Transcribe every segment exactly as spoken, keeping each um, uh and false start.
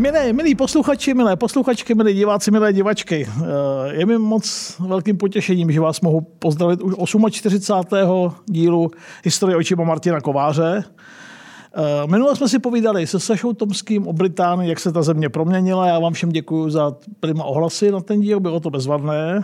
Milé, milí posluchači, milé posluchačky, milí diváci, milé divačky. Je mi moc velkým potěšením, že vás mohu pozdravit už čtyřicátého osmého dílu Historie očima Martina Kováře. Minule jsme si povídali se Sašou Tomským o Británii, jak se ta země proměnila. Já vám všem děkuji za prima ohlasy na ten díl, bylo to bezvadné.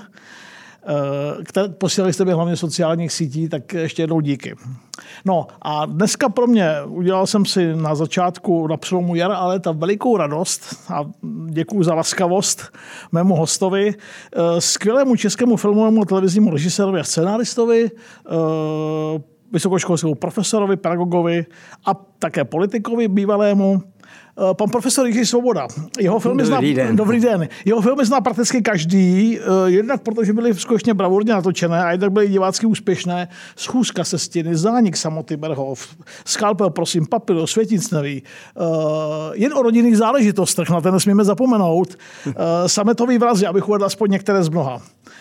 Posílali jste mi hlavně sociálních sítí, tak ještě jednou díky. No a dneska pro mě udělal jsem si na začátku, na přelomu jara a léta velikou radost a děkuji za laskavost mému hostovi, skvělému českému filmovému a televiznímu režisérovi a scénáristovi, vysokoškolskému profesorovi, pedagogovi a také politikovi bývalému, pan profesor Jiří Svoboda. Jeho filmy Dobrý zná, den. Dobrý den. Jeho filmy zná prakticky každý, jednak protože byly skutečně bravurně natočené a jednak byly divácky úspěšné. Schůzka se stěny, Zánik samoty Berhof, Skalpel, prosím, Papilo, Světic neví. Jen o rodinných záležitostech, na ten nesmíme zapomenout. Sametový vrazi, abych uvedl aspoň některé z mnoha.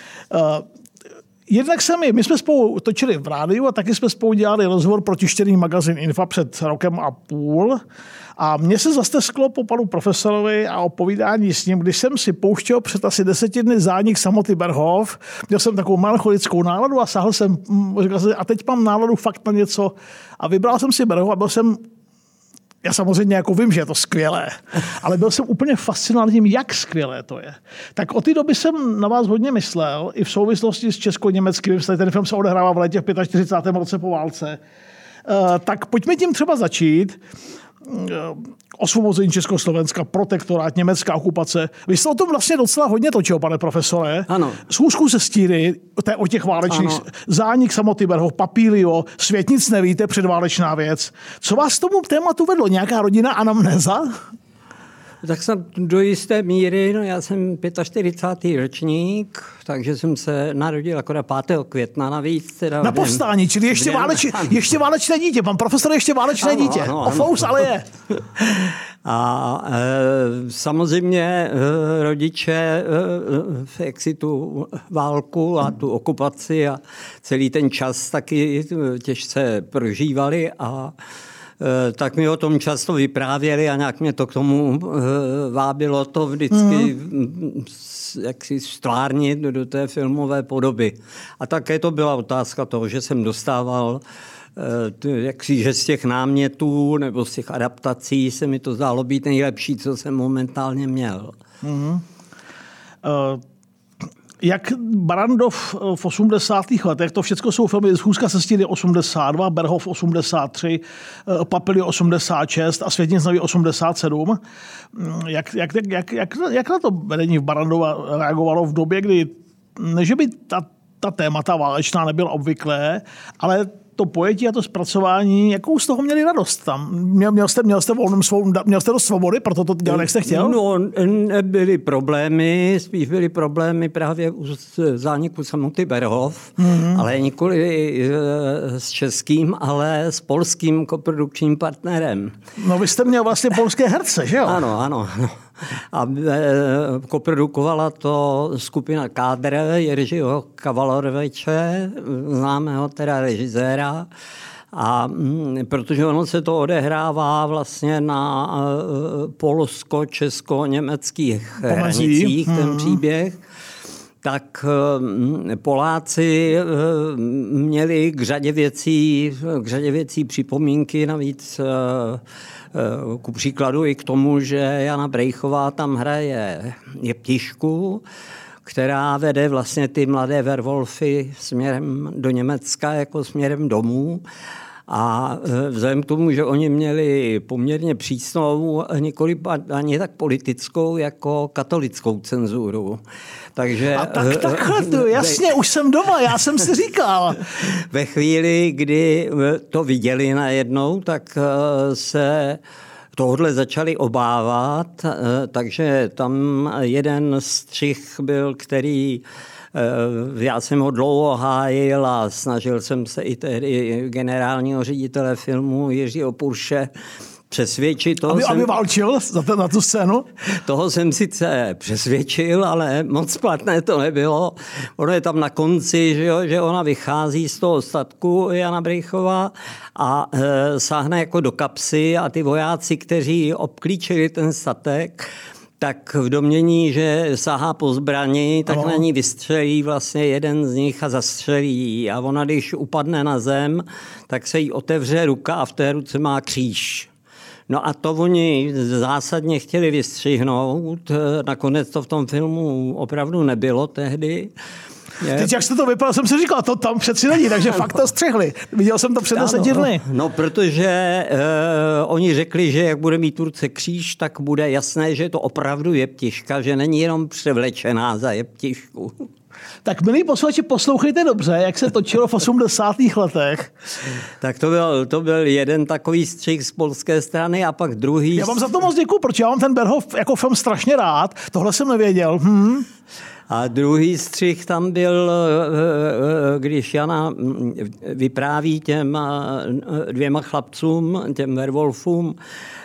Jednak se my, my jsme spolu točili v rádiu a taky jsme spolu dělali rozhovor pro tištěný magazín Infa před rokem a půl. A mně se zastesklo po panu profesorovi a o povídání s ním, když jsem si pouštěl před asi deseti dny Zánik samoty Berhof, měl jsem takovou melancholickou náladu a sáhl jsem, říkal jsem, a teď mám náladu fakt na něco. A vybral jsem si Berhof a byl jsem, já samozřejmě jako vím, že je to skvělé, ale byl jsem úplně fascinován tím, jak skvělé to je. Tak od té doby jsem na vás hodně myslel, i v souvislosti s česko-německým, ten film se odehrává v létě v čtyřicátém pátém roce po válce. Tak pojďme tím třeba začít. Osvobození Československa, protektorát, německá okupace. Vy jste o tom vlastně docela hodně točil, pane profesore. Ano. Schůzku se stíry, o těch válečných, ano. Zánik samoty Berhof, Papílio, Svět nic nevíte, předválečná věc. Co vás k tomu tématu vedlo? Nějaká rodina anamnéza? Tak jsem do jisté míry, no já jsem čtyřicátý pátý ročník, takže jsem se narodil akorát pátého května navíc. Teda Na povstání, čili ještě, váleč, ještě válečné dítě. Pan profesor ještě válečné ano, dítě. Ano, ano. Ofous, ale je. A e, samozřejmě e, rodiče e, jak si tu válku a tu okupaci a celý ten čas taky těžce prožívali a tak mi o tom často vyprávěli a nějak mě to k tomu vábilo to vždycky mm. jaksi stvárnit do, do té filmové podoby. A také to byla otázka toho, že jsem dostával jaksi, že z těch námětů nebo z těch adaptací se mi to zdálo být nejlepší, co jsem momentálně měl. Mm. Uh... Jak Barrandov v osmdesátých letech, to všechno jsou filmy, Schůzka se stíny osmdesát dva, Berhof osmdesát tři, Papilio osmdesát šest a Svět nic neví osmdesát sedm. Jak, jak, jak, jak, jak na to vedení v Barrandova reagovalo v době, kdy, ne že by ta, ta témata válečná nebyla obvyklé, ale to pojetí a to zpracování, jakou z toho měli radost tam? Měl, měl jste, měl jste volnou svou, měl jste dost svobody, proto to dělal, jak jste chtěl? No, nebyly problémy, spíš byly problémy právě u Zániku samoty Berhof, mm-hmm. ale nikoli s českým, ale s polským koprodukčním partnerem. No vy jste měl vlastně polské herce, že jo? Ano, ano. A e, koprodukovala to skupina Kádr Jiřího Kavaloroviče, známého teda režiséra. A m, protože ono se to odehrává vlastně na e, polsko-česko-německých hranicích, ten hmm. příběh, tak e, Poláci e, měli k řadě věcí, k řadě věcí připomínky, navíc e, ku příkladu i k tomu, že Jana Brejchová tam hraje Jeptišku, která vede vlastně ty mladé Werwolfy směrem do Německa jako směrem domů. A vzhledem k tomu, že oni měli poměrně přísnou, nikoli ani tak politickou, jako katolickou cenzuru. Takže, a tak takhle, to, jasně, ve, už jsem doma, já jsem si říkal. Ve chvíli, kdy to viděli najednou, tak se tohle začali obávat, takže tam jeden střih byl, který já jsem ho dlouho hájil a snažil jsem se i tehdy generálního ředitele filmu Jiřího Purše přesvědčit. Toho aby, jsem, aby válčil za ten, na tu scénu? Toho jsem sice přesvědčil, ale moc platné to nebylo. Ono je tam na konci, že, jo, že ona vychází z toho statku, Jana Brychová, a e, sáhne jako do kapsy a ty vojáci, kteří obklíčili ten statek, tak v domění, že sahá po zbrani, tak no. na ní vystřelí vlastně jeden z nich a zastřelí. A ona, když upadne na zem, tak se jí otevře ruka a v té ruce má kříž. No a to oni zásadně chtěli vystřihnout. Nakonec to v tom filmu opravdu nebylo tehdy. Teď, jak jste to vypadal, jsem si říkal, to tam přeci není, takže fakt to střihli. Viděl jsem to před deseti dny. No, protože eh, oni řekli, že jak bude mít Turce kříž, tak bude jasné, že to opravdu jeptiška, že není jenom převlečená za jeptišku. Tak milí posluchači, poslouchejte dobře, jak se točilo v osmdesátých letech. Tak to byl, to byl jeden takový střih z polské strany a pak druhý. Já vám za to moc děkuju, protože já mám ten Berhof jako film strašně rád. Tohle jsem nevěděl. Hm. A druhý střih tam byl, když Jana vypráví těm dvěma chlapcům, těm werwolfům,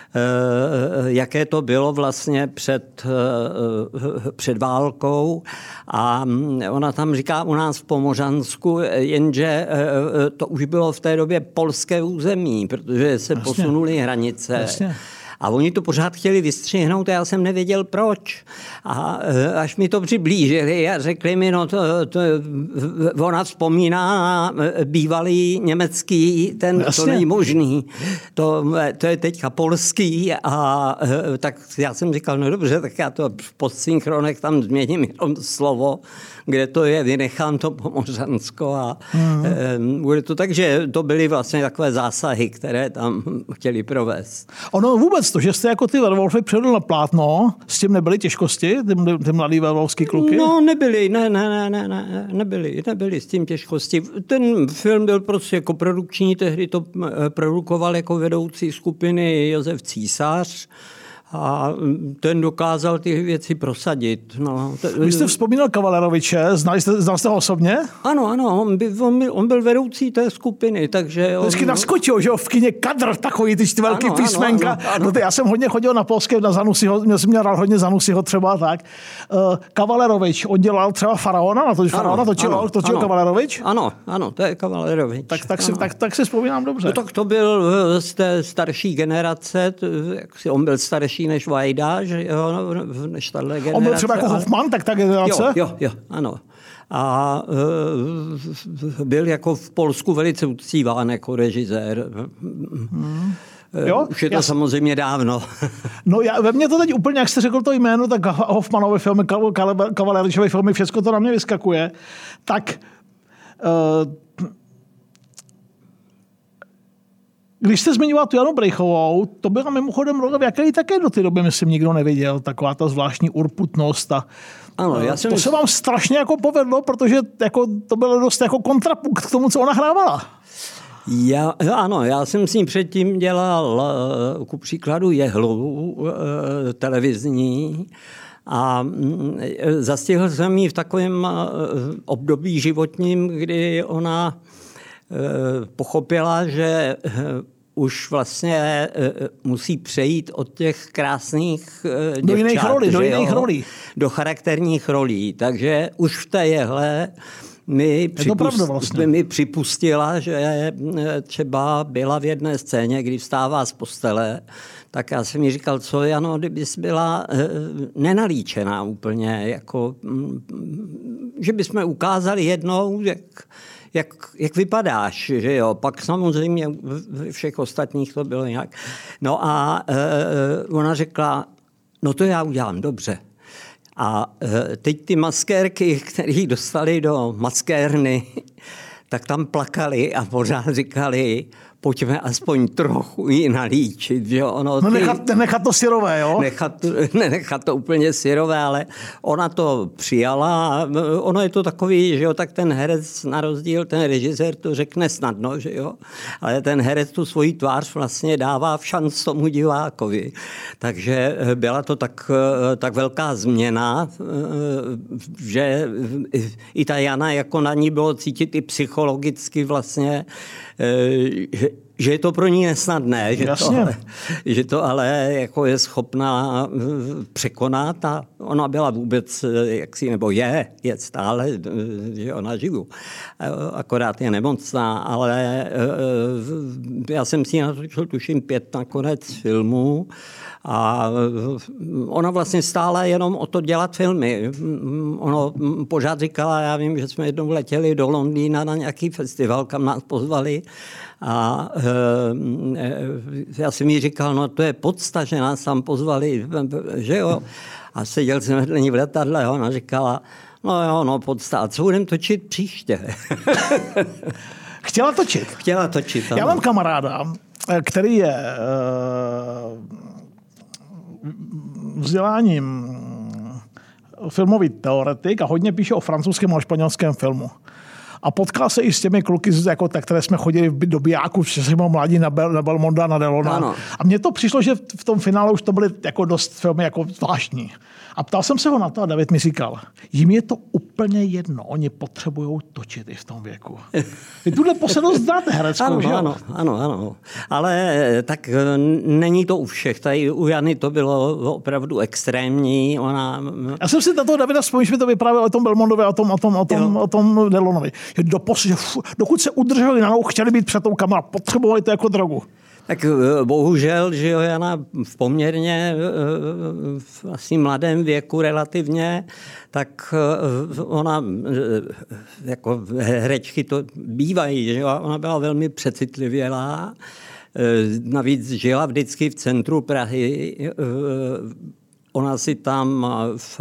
jaké to bylo vlastně před, před válkou. A ona tam říká u nás v Pomořansku, jenže to už bylo v té době polské území, protože se Jasně. posunuly hranice. Jasně. A oni to pořád chtěli vystřihnout a já jsem nevěděl proč. A až mi to přiblížili a řekli mi, no to, to ona vzpomíná na bývalý německý, ten Jasně. to není možný. To, to je teďka polský a tak já jsem říkal, no dobře, tak já to v postsynchronech tam změním jenom slovo, kde to je, vynechám to Pomořansko a mm. bude to tak, že to byly vlastně takové zásahy, které tam chtěli provést. Ono vůbec to, že jste jako ty werwolfy přivedl na plátno, s tím nebyly těžkosti, ty, ty mladý werwolfský kluky? No nebyly, ne, ne, ne, ne, ne, nebyly, nebyly s tím těžkosti. Ten film byl prostě jako produkční, tehdy to produkoval jako vedoucí skupiny Josef Císař, a ten dokázal ty věci prosadit. No. Vy jste vzpomínal Kavaleroviče, znali jste, znal jste ho osobně? Ano, ano, on byl, on byl, on byl vedoucí té skupiny, takže... On... Vždycky naskočil, že jo, v kině Kadr, takový ty velký písmenka. Ano, ano, ano. No, já jsem hodně chodil na polské, na Zanusiho, měl jsem měl rád hodně Zanusiho třeba tak. Uh, Kavalerovič, on dělal třeba Faraona, na to, Faraona točil, ano, točil ano, Kavalerovič? Ano, ano, to je Kavalerovič. Tak, tak, si, tak, tak si vzpomínám dobře. No tak to byl z té starší generace, jak si on byl starší než Vajda, že jo, než tahle generace. On byl třeba jako Hoffman, tak ta generace? Jo, jo, jo, ano. A e, byl jako v Polsku velice uctíván jako režisér. Hmm. Jo? Už je to já... samozřejmě dávno. No já, ve mně to teď úplně, jak jste řekl to jméno, tak Hoffmanové filmy, Kavaleričové filmy, všechno to na mě vyskakuje. Tak... Uh, Když jste zmiňoval tu Janu Brychovou, to byla mimochodem role, v jaké také do té doby, myslím, nikdo neviděl. Taková ta zvláštní urputnost. A, ano, já jsem... To se vám strašně jako povedlo, protože jako, to bylo dost jako kontrapunkt k tomu, co ona hrávala. Já, ano, já jsem s ní předtím dělal ku příkladu Jehlu televizní a zastihl jsem ji v takovém období životním, kdy ona pochopila, že už vlastně musí přejít od těch krásných děvčat, do jiných rolí, do jiných rolí. Do charakterních rolí. Takže už v té Jehle mi, připust, vlastně. mi připustila, že třeba byla v jedné scéně, kdy vstává z postele, tak já jsem mi říkal, co Jano, kdybys byla nenalíčená úplně, jako, že bychom ukázali jednou, jak Jak, jak vypadáš, že jo? Pak samozřejmě ve všech ostatních to bylo nějak. No a e, ona řekla, no to já udělám, dobře. A e, teď ty maskérky, které dostali do maskérny, tak tam plakali a pořád říkali, pojďme aspoň trochu ji nalíčit. Že ono, no nechat, nechat to syrové, jo? Nechat, nechat to úplně syrové, ale ona to přijala. Ono je to takový, že jo, tak ten herec na rozdíl, ten režisér to řekne snadno, že jo, ale ten herec tu svoji tvář vlastně dává v šanc tomu divákovi. Takže byla to tak, tak velká změna, že i ta Jana, jako na ní bylo cítit i psychologicky vlastně, že je to pro ní nesnadné, že to, ale, že to ale jako je schopná překonat a ona byla vůbec, jaksi, nebo je, je stále, že ona živu. Akorát je nemocná, ale já jsem si natočil tuším pět nakonec filmů a ona vlastně stála jenom o to dělat filmy. Ono pořád říkala, já vím, že jsme jednou letěli do Londýna na nějaký festival, kam nás pozvali a e, já jsem jí říkal, no to je podsta, že nás tam pozvali, že jo. A seděl jsem vedle ní v letadle a ona říkala, no jo, no podsta, a co budeme točit příště? Chtěla točit? Chtěla točit. Já mám kamaráda, který je vzděláním filmový teoretik a hodně píše o francouzském a španělském filmu. A potkal se i s těmi kluky, jako tak, které jsme chodili do bijáku, že jsme mladí na, Bel, na Belmonda, na Delona. Ano. A mně to přišlo, že v tom finále už to byly jako dost filmy jako zvláštní. A ptal jsem se ho na to a David mi říkal, jim je to úplně jedno, oni potřebují točit i v tom věku. Vy tuhle posedlost znáte hereckou, ano, že jo? Ano, ano, ano. Ale tak není to u všech. Tady u Jany to bylo opravdu extrémní. Ona... Já jsem si na toho Davida vzpomněl, že mi to vyprávěl o tom Belmondovi a o tom, o tom, o tom, o tom Delonovi. Že dopos, že f, dokud se udrželi na nohu, chtěli být před tou kamerou, potřebovali to jako drogu. Tak bohužel, že jo, Jana v poměrně v asi mladém věku relativně, tak ona jako herečky to bývají, že jo, ona byla velmi přecitlivělá, navíc žila vždycky v centru Prahy. Ona si tam v,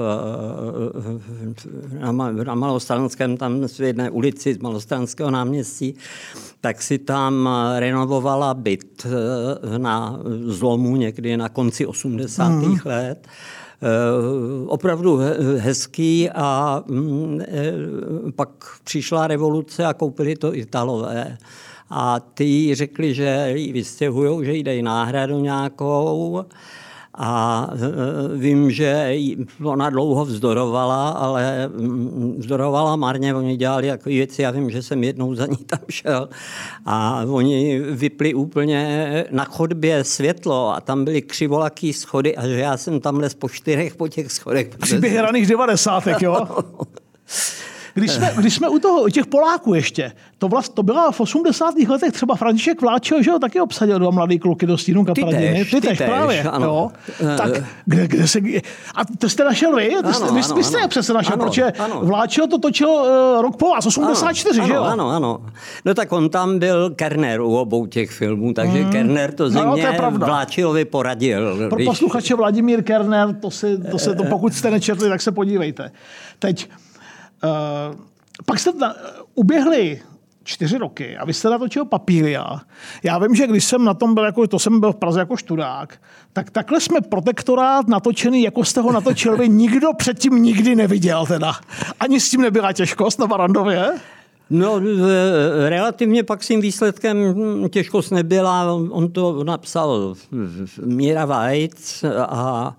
na Malostranském, tam v jedné ulici z Malostranského náměstí, tak si tam renovovala byt na zlomu někdy na konci osmdesátých Mm. let. Opravdu hezký a pak přišla revoluce a koupili to Italové. A ty řekli, že ji vystěhujou, že jí dají náhradu nějakou. A vím, že ona dlouho vzdorovala, ale vzdorovala marně, oni dělali takové věci, já vím, že jsem jednou za ní tam šel a oni vypli úplně na chodbě světlo a tam byly křivolaký schody a že já jsem tam les po čtyřech po těch schodech. Příběhy raných devadesátek, jo? Když jsme, když jsme u toho, u těch Poláků ještě, to, vlast, to byla v osmdesátých letech třeba František Vláčel, že ho taky obsadil dva mladý kluky do Stínu Kapradiny. Ty, ty tež, právě. Ano. Jo. Tak kde, kde se... A to jste našel vy? Ano, jste, vy, ano, vy jste je přece našel, ano, protože ano. Vláčel to točil uh, rok po vás, osmdesát čtyři, ano, že jo? Ano, ano. No tak on tam byl Kerner u obou těch filmů, takže hmm. Kerner to země no, Vláčilovi poradil. Pro posluchače Vladimír Kerner, to si, to se, to, pokud jste nečetli, tak se podívejte. Teď Uh, pak jste na, uh, uběhli čtyři roky a vy jste natočil Papília. Já vím, že když jsem na tom byl, jako, to jsem byl v Praze jako študák, tak takhle jsme Protektorát natočený, jako jste ho natočil vy, nikdo předtím nikdy neviděl teda. Ani s tím nebyla těžkost na Barrandově? No, relativně pak s tím výsledkem těžkost nebyla. On to napsal Míra Vajc a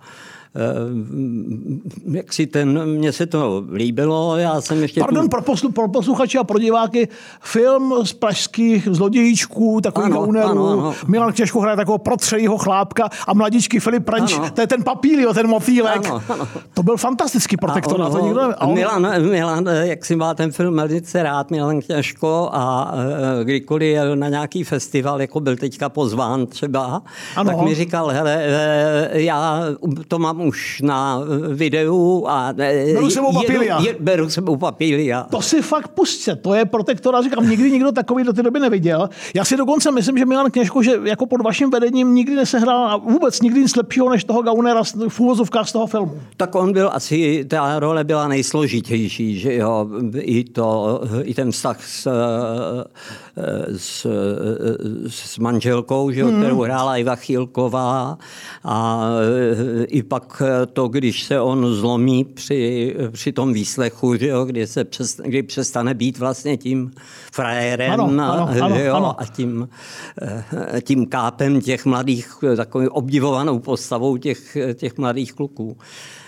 jak si ten, mně se to líbilo, já jsem ještě... Pardon, tu... pro, poslu, pro posluchače a pro diváky, film z pražských zlodějíčků, takových gaunerů, Milan Kněžko hraje takového protřelýho chlápka a mladíčky Filip Pranč, ano. To je ten Papílio, ten motýlek. Ano, ano. To byl fantastický Protektorát. To nikdo... on... Milan, Milan, jak si má ten film velice rád, Milan Kněžko, a kdykoliv jel na nějaký festival, jako byl teďka pozván třeba, ano. Tak mi říkal, hele, já to mám už na videu a beru sebou Papília. Beru sebou Papília. To si fakt pusťte, to je Protektorát, říkám, nikdy nikdo takový do té doby neviděl. Já si dokonce myslím, že Milan Kněžko, že jako pod vaším vedením nikdy nesehrál a vůbec nikdy nic lepšího než toho gaunera v úvozovkách z toho filmu. Tak on byl asi, ta role byla nejsložitější, že jo, i to, i ten vztah s, s, s manželkou, že jo, hmm. kterou hrála Iva Chýlková a i pak to, když se on zlomí při, při tom výslechu, že jo, kdy, se přes, kdy přestane být vlastně tím frajérem ano, ano, ano, jo, ano. a tím, tím kápem těch mladých, takovou obdivovanou postavou těch, těch mladých kluků.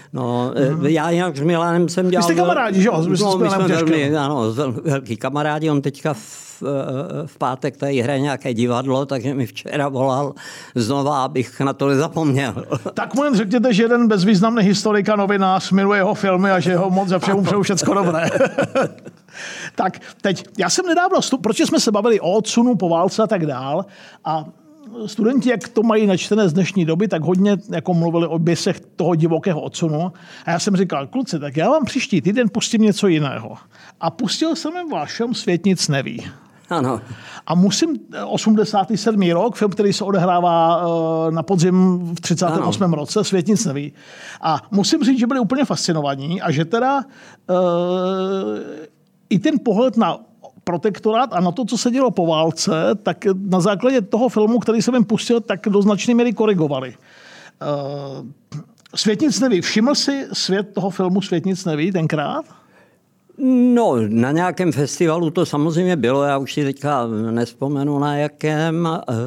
No, mm. já jinak s Milanem jsem dělal... Vy jste kamarádi, že jo? No, my jsme velmi, ano, velký kamarádi, on teďka v, v pátek tady hraje nějaké divadlo, takže mi včera volal znova, abych na to nezapomněl. Tak mu jen řekněte, že jeden bezvýznamný historik a novinář miluje jeho filmy a že ho moc za všemu přeju všecko dobré. Tak teď, já jsem nedávno, proč jsme se bavili o odsunu po válce a tak dál a studenti, jak to mají načtené z dnešní doby, tak hodně jako mluvili o běsech toho divokého odsunu. A já jsem říkal, kluci, tak já vám příští týden pustím něco jiného. A pustil jsem jim váš film Svět nic neví. Ano. A musím, osmdesátý sedmý rok, film, který se odehrává na podzim v třicátém osmém roce, Svět nic neví. A musím říct, že byli úplně fascinovaní a že teda uh, i ten pohled na protektorát a na to, co se dělo po válce, tak na základě toho filmu, který jsem jim pustil, tak do značné míry korigovali. Uh, Svět nic neví. Všiml si svět toho filmu Svět nic neví tenkrát? No, na nějakém festivalu to samozřejmě bylo, já už si teďka nespomenu na jakém.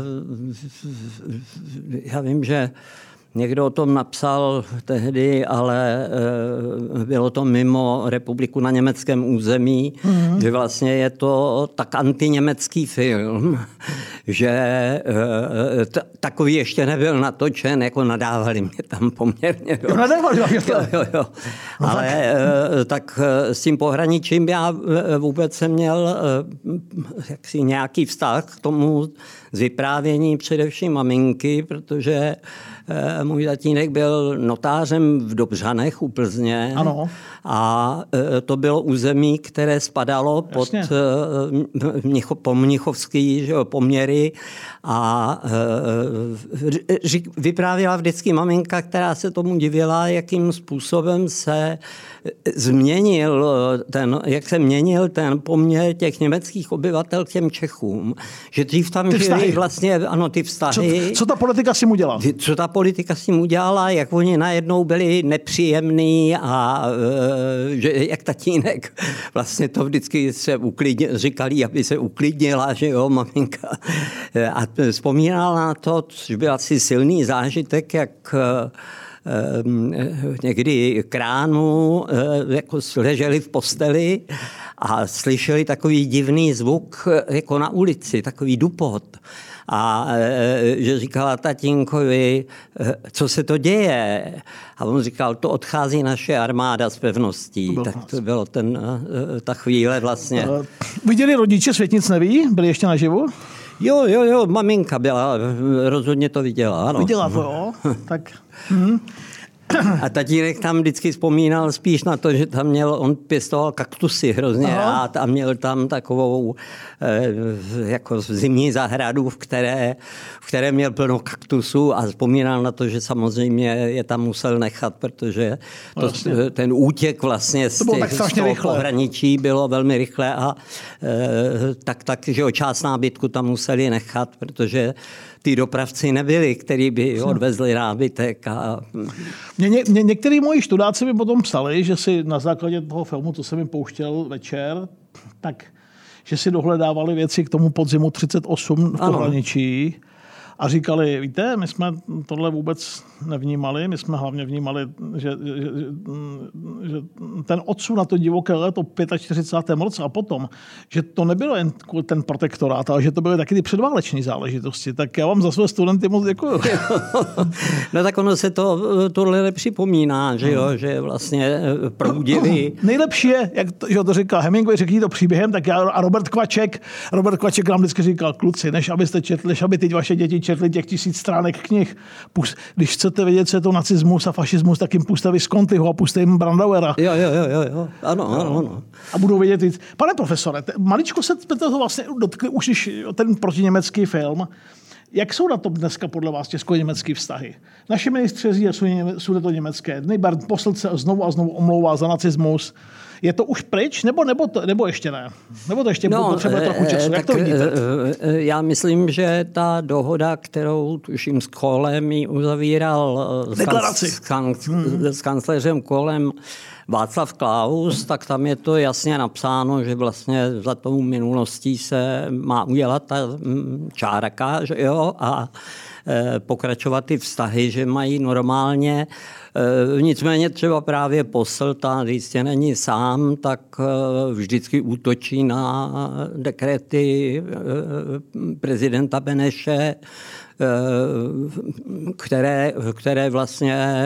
Já vím, že někdo o tom napsal tehdy, ale bylo to mimo republiku na německém území, mm-hmm. že vlastně je to tak antiněmecký film, že t- takový ještě nebyl natočen, jako nadávali mě tam poměrně. Jo, nadávali, jo, jo, jo. No ale tak. tak s tím pohraničím já vůbec jsem měl jaksi nějaký vztah k tomu z vyprávění především maminky, protože můj tatínek byl notářem v Dobřanech u Plzně. Ano. A to bylo území, které spadalo pod mnicho, po mnichovský že, poměry a vyprávěla vždycky maminka, která se tomu divila, jakým způsobem se změnil ten, jak se měnil ten poměr těch německých obyvatel k těm Čechům. Že dřív tam žili vlastně, ano, ty vztahy. Co, co ta politika si mu dělala? Co ta politika si mu dělala, jak oni najednou byli nepříjemný a že jak tatínek vlastně to vždycky se uklidnil, říkali, aby se uklidnila, že jo, maminka. A vzpomínala na to, což byl asi silný zážitek, jak někdy k ránu jako leželi v posteli a slyšeli takový divný zvuk jako na ulici, takový dupot. A že říkala tatínkovi, co se to děje? A on říkal, to odchází naše armáda z pevností. To tak to bylo ten, ta chvíle vlastně. Uh, viděli rodiče Svět nic neví? Byli ještě naživu? Jo, jo, jo, maminka byla, rozhodně to viděla, ano. Viděla to, jo? Tak... Hm. A tatínek tam vždycky vzpomínal spíš na to, že tam měl, on pěstoval kaktusy hrozně rád a měl tam takovou eh, jako zimní zahradu, v které, v které měl plno kaktusů a vzpomínal na to, že samozřejmě je tam musel nechat, protože to, vlastně. ten útěk vlastně z, těch, z toho pohraničí bylo velmi rychle a eh, tak, tak, že o část nábytku tam museli nechat, protože ty dopravci nebyli, kteří by odvezli nábytek. A... Mě, ně, ně, některý moji študáci mi potom psali, že si na základě toho filmu, co jsem jim pouštěl večer, tak že si dohledávali věci k tomu podzimu třicet osm v pohraničí. A říkali, víte, my jsme tohle vůbec nevnímali, my jsme hlavně vnímali, že, že, že ten odsun na to divoké léto čtyřicátém pátém roce a potom, že to nebylo jen ten protektorát, ale že to byly taky ty předváleční záležitosti. Tak já vám za své studenty moc děkuju. No tak ono se to tohle nepřipomíná, že jo, že vlastně proudivý. Nejlepší je, jak to, že to říkal Hemingway, řekni to příběhem, tak já a Robert Kvaček, Robert Kvaček nám vždycky říkal, kluci, než abyste četli, než aby teď vaše děti četli těch tisíc stránek knih. Když chcete vědět, co je to nacismus a fašismus, tak jim puste Viscontiho a puste jim Brandauera. Jo, jo, jo, jo. Ano, ano, ano. A budou vědět víc. Pane profesore, maličko se toho vlastně dotkli už když ten protiněmecký film. Jak jsou na tom dneska podle vás česko-německý vztahy? Naši ministři jsou to německé. Neybart Posselt se znovu a znovu omlouvá za nacismus. Je to už pryč, nebo, nebo, to, nebo ještě ne? Nebo to ještě no, potřebuje trochu času? Jak to vidíte? Já myslím, že ta dohoda, kterou tuším s Kohlem ji uzavíral s, kan, hmm. s kancléřem Kohlem Václav Klaus, tak tam je to jasně napsáno, že vlastně za tou minulostí se má udělat ta čárka, že jo, a pokračovat ty vztahy, že mají normálně. Nicméně třeba právě Posselta, jistě není sám, tak vždycky útočí na dekrety prezidenta Beneše, které, které vlastně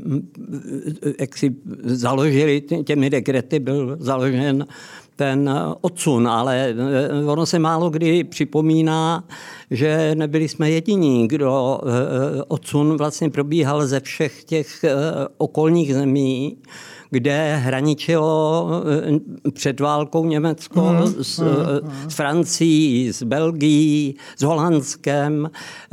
jak si založili, těmi dekrety byl založen ten odsun, ale ono se málo kdy připomíná, že nebyli jsme jediní, kdo odsun vlastně probíhal ze všech těch okolních zemí, kde hraničilo před válkou Německo hmm, s, hmm, s Francií, s Belgií, s Holandskem,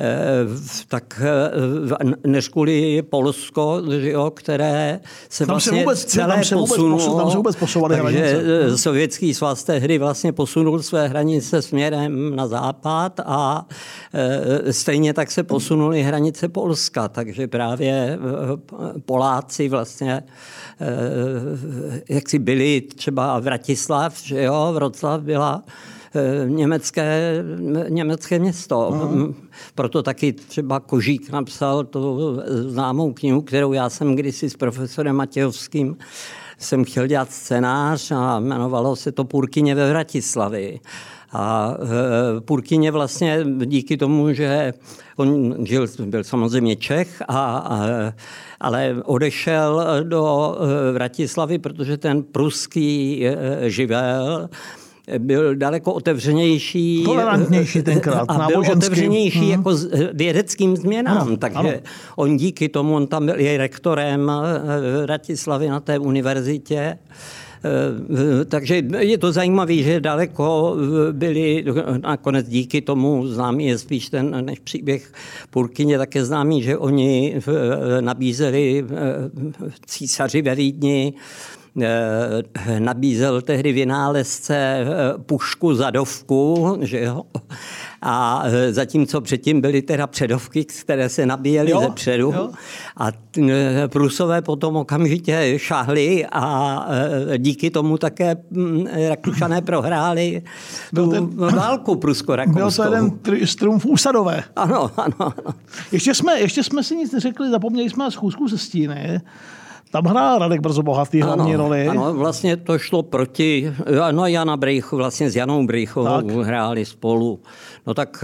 tak než kvůli Polsko, jo, které se tam vlastně se vůbec, celé tam se vůbec, posunulo. Tam se vůbec posouvaly takže hranice. Sovětský svaz tehdy vlastně posunul své hranice směrem na západ a stejně tak se posunuly hranice Polska, takže právě Poláci vlastně jak si byli třeba Vratislav, že jo, Vroclav byla německé, německé město. Mm. Proto taky třeba Kožík napsal tu známou knihu, kterou já jsem kdysi s profesorem Matějovským jsem chtěl dělat scénář a jmenovalo se to Purkyně ve Vratislavi. A e, Purkyně vlastně díky tomu, že on žil, byl samozřejmě Čech, a, a, ale odešel do Vratislavy, protože ten pruský e, živel byl daleko otevřenější. Tolerantnější tenkrát. A byl otevřenější hmm. jako vědeckým změnám. Ano, takže ano. on díky tomu, on tam byl i rektorem Vratislavy na té univerzitě. Takže je to zajímavé, že daleko byli, nakonec díky tomu známý je spíš ten než příběh Purkyně, také známý, že oni nabízeli císaři ve Vídni, nabízel tehdy vynálezce pušku zadovku, že jo? A zatímco předtím byly teda předovky, které se nabíjely ze předu. Jo. A Prusové potom okamžitě šahli a díky tomu také Rakušané prohráli tu ten, válku prusko-rakouskou. Byl to jeden z triumfů Úsadové. Ano, ano, ano. Ještě jsme, ještě jsme si nic neřekli, zapomněli jsme na schůzku ze Stíny. Tam hrál Radek Brzobohatý hlavní ano, roli. Ano, vlastně to šlo proti, no Jana Brejchu, vlastně s Janou Brejchovou tak. hráli spolu. No tak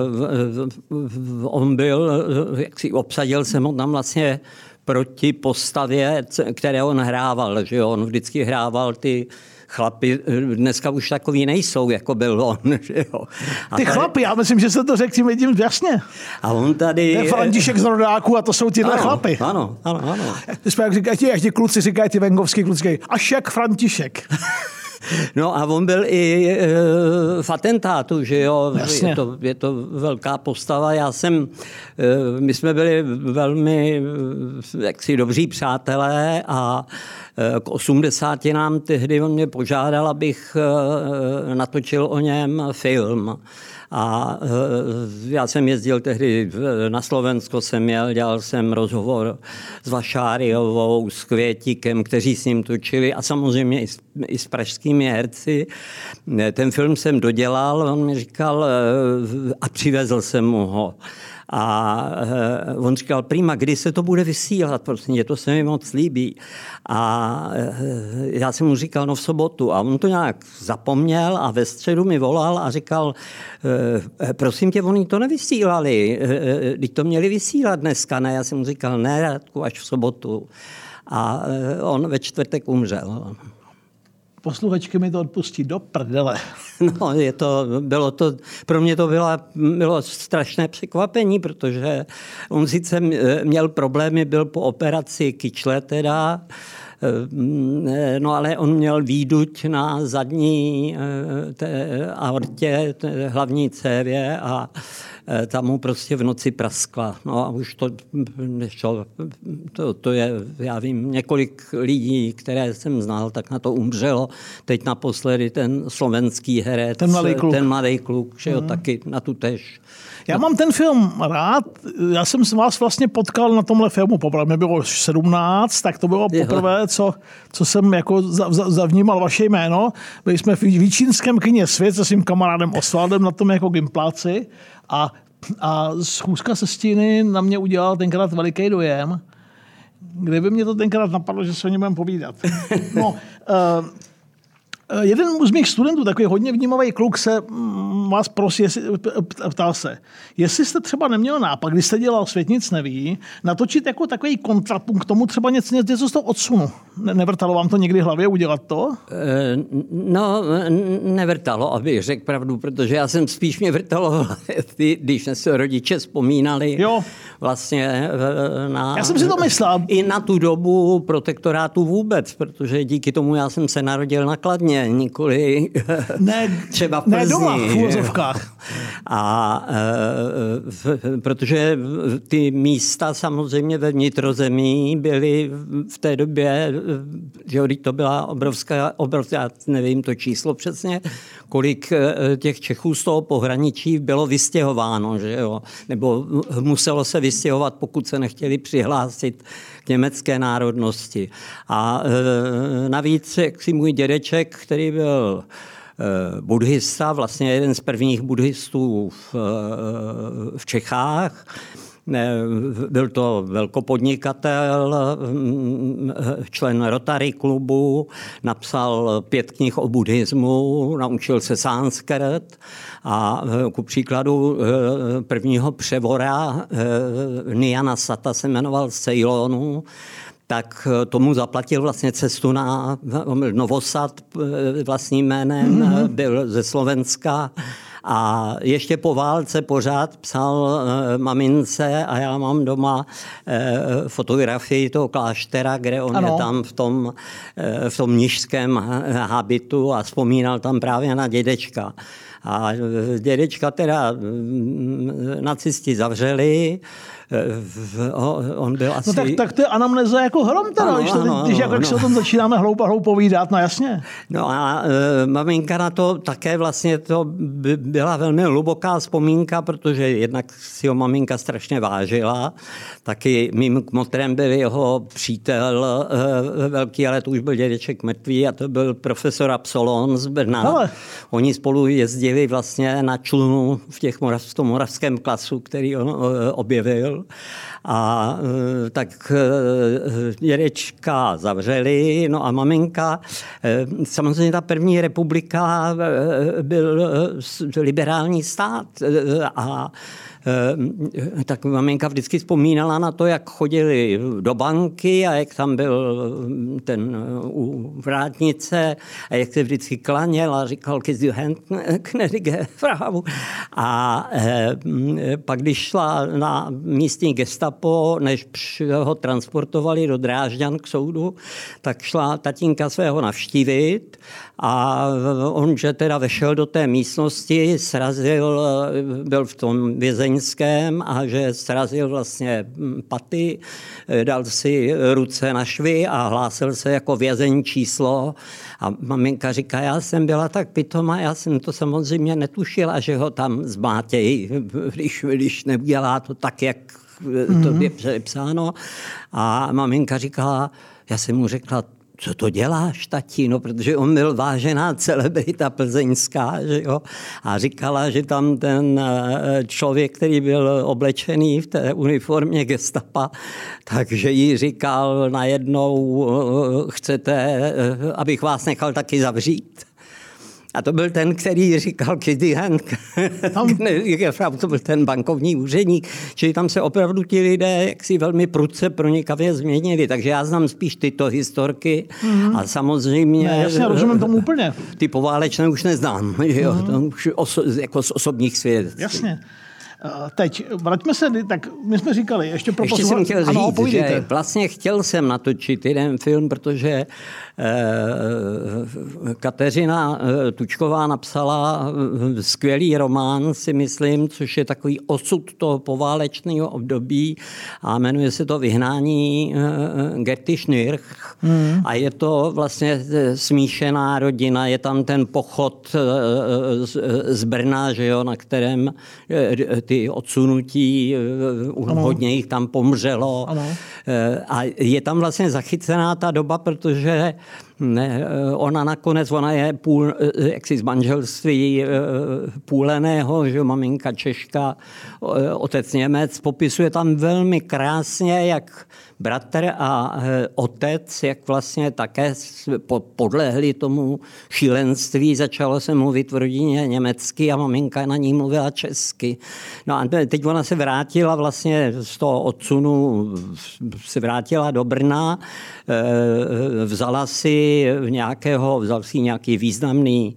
on byl, jak si obsadil jsem ho tam vlastně proti postavě, které on hrával, že on vždycky hrával ty chlapi, dneska už takový nejsou, jako byl on. Že jo. A ty tady... chlapi, já myslím, že se to řekl tím lidem jasně. A on tady... To je František z Rodáku a to jsou tyhle ano, chlapi. Ano, ano, ano. Jak říkají, jak ti kluci říkají, ty vengovský kluci říkají, až jak František. No a on byl i e, v atentátu, že jo, je to, je to velká postava. Já jsem, e, my jsme byli velmi jaksi dobří přátelé a e, k osmdesáti nám tehdy on mě požádal, abych e, natočil o něm film. A já jsem jezdil tehdy na Slovensko, jsem jel, dělal jsem rozhovor s Vašáriovou, s Květíkem, kteří s ním točili a samozřejmě i s, i s pražskými herci. Ten film jsem dodělal, on mi říkal a přivezl jsem mu ho. A on říkal, prima, kdy se to bude vysílat, prostě to se mi moc líbí. A já jsem mu říkal, no v sobotu. A on to nějak zapomněl a ve středu mi volal a říkal, prosím tě, oni to nevysílali, teď to měli vysílat dneska, ne? Já jsem mu říkal, ne, Radku, až v sobotu. A on ve čtvrtek umřel. Posluchačky mi to odpustí do prdele. No, je to, bylo to, pro mě to bylo, bylo strašné překvapení, protože on sice měl problémy, byl po operaci kyčle teda, no ale on měl výduť na zadní té aortě, té hlavní cévě a tam mu prostě v noci praskla. No a už to nešlo. To, to je, já vím, několik lidí, které jsem znal, tak na to umřelo. Teď naposledy ten slovenský herec, ten mladý kluk, ten mladý kluk že jo, mm. taky na tu tež. Já no. mám ten film rád. Já jsem vás vlastně potkal na tomhle filmu poprvé. Mě bylo sedmnáct, tak to bylo poprvé, co, co jsem jako zavnímal vaše jméno. Byli jsme v Víčínském kině Svět se svým kamarádem Osvaldem na tom jako gimpláci a A schůzka se Stíny na mě udělala tenkrát veliký dojem. Kdyby mě to tenkrát napadlo, že se o něm budeme povídat. No, uh, jeden z mých studentů, takový hodně vnímavý kluk, se vás prosí, jestli, ptal se, jestli jste třeba neměl nápad, když jste dělal Svět nic neví, natočit jako takový kontrapunkt k tomu třeba něco, něco z toho odsunu. Ne, nevrtalo vám to někdy hlavě udělat to? No, nevrtalo, abych řekl pravdu, protože já jsem spíš mě vrtalo, když jsme se rodiče vzpomínali. Jo. Vlastně na, já jsem si to myslel. I na tu dobu protektorátu vůbec, protože díky tomu já jsem se narodil na Kladně, nikoli ne, třeba v Plzni. Ne doma, v úvozovkách. A e, protože ty místa samozřejmě ve vnitrozemí byly v té době, že to byla obrovská, obrovská, nevím to číslo přesně, kolik těch Čechů z toho pohraničí bylo vystěhováno, že jo? Nebo muselo se vystěhovat, pokud se nechtěli přihlásit k německé národnosti. A e, navíc, jak si můj dědeček, který byl e, buddhista, vlastně jeden z prvních buddhistů v, e, v Čechách, byl to velkopodnikatel, člen Rotary klubu, napsal pět knih o buddhismu, naučil se sanskrt a ku příkladu prvního převora Niyana Sata se jmenoval z Ceylonu, tak tomu zaplatil vlastně cestu na Novosad vlastním jménem, mm-hmm. byl ze Slovenska. A ještě po válce pořád psal e, mamince a já mám doma e, fotografii toho kláštera, kde on ano. je tam v tom, e, v tom mnišském habitu a vzpomínal tam právě na dědečka. A dědečka teda nacisti zavřeli, on byl asi... No tak, tak to je anamnéza jako hrom teda, ano, když, to, ano, když jako, ano, se o tom začínáme hloupa hloupo povídat, no jasně. No a e, maminka na to také vlastně to by byla velmi hluboká vzpomínka, protože jednak si ho maminka strašně vážila, taky mým kmotrem byl jeho přítel e, velký, ale to už byl dědeček mrtvý a to byl profesor Absolon z Brna. Ale. Oni spolu jezdili vlastně na člunu v, těch morav, v tom moravském klasu, který on e, objevil. A tak dědečka zavřeli, no a maminka, samozřejmě ta první republika byl liberální stát a tak maminka vždycky vzpomínala na to, jak chodili do banky a jak tam byl ten u vrátnice a jak se vždycky klaněl a říkal kiss your hand, gnädige Frau. A pak, když šla na místní gestapo, než ho transportovali do Drážďan k soudu, tak šla tatínka svého navštívit a on, že teda vešel do té místnosti, srazil, byl v tom vězeňském a že srazil vlastně paty, dal si ruce na švy a hlásil se jako vězeň číslo. A maminka říká, já jsem byla tak pitomá, já jsem to samozřejmě netušila, že ho tam zmátějí, když, když neudělá to tak, jak to je přepsáno. A maminka říkala, já jsem mu řekla, co to děláš, tatíno, protože on byl vážená celebrita plzeňská, že jo? A říkala, že tam ten člověk, který byl oblečený v té uniformě gestapa, takže jí říkal najednou, chcete, abych vás nechal taky zavřít? A to byl ten, který říkal Kitty Hank. To byl ten bankovní úředník. Čili tam se opravdu ti lidé jaksi velmi prudce pronikavě změnili. Takže já znám spíš tyto historky. Mm-hmm. A samozřejmě... Ne, jasně, rozumím tomu úplně. Ty poválečné už neznám. Mm-hmm. Jo, to už oso- jako z osobních svědectví. Jasně. Teď, vraťme se, tak my jsme říkali, ještě pro Ještě jsem chtěl říct, ano, že vlastně chtěl jsem natočit jeden film, protože eh, Kateřina Tučková napsala skvělý román, si myslím, což je takový osud toho poválečného období a jmenuje se to Vyhnání eh, Gerty Schnirch. Hmm. A je to vlastně smíšená rodina, je tam ten pochod eh, z, z Brna, že jo, na kterém eh, ty odsunutí, ano. hodně jich tam pomřelo. Ano. A je tam vlastně zachycená ta doba, protože Ne, ona nakonec, ona je půl, jaksi z manželství půleného, že maminka Češka, otec Němec, popisuje tam velmi krásně, jak bratr a otec, jak vlastně také podlehli tomu šílenství, začalo se mluvit v rodině německy a maminka na ní mluvila česky. No a teď ona se vrátila vlastně z toho odsunu, se vrátila do Brna, vzala si nějakého, vzal si nějaký významný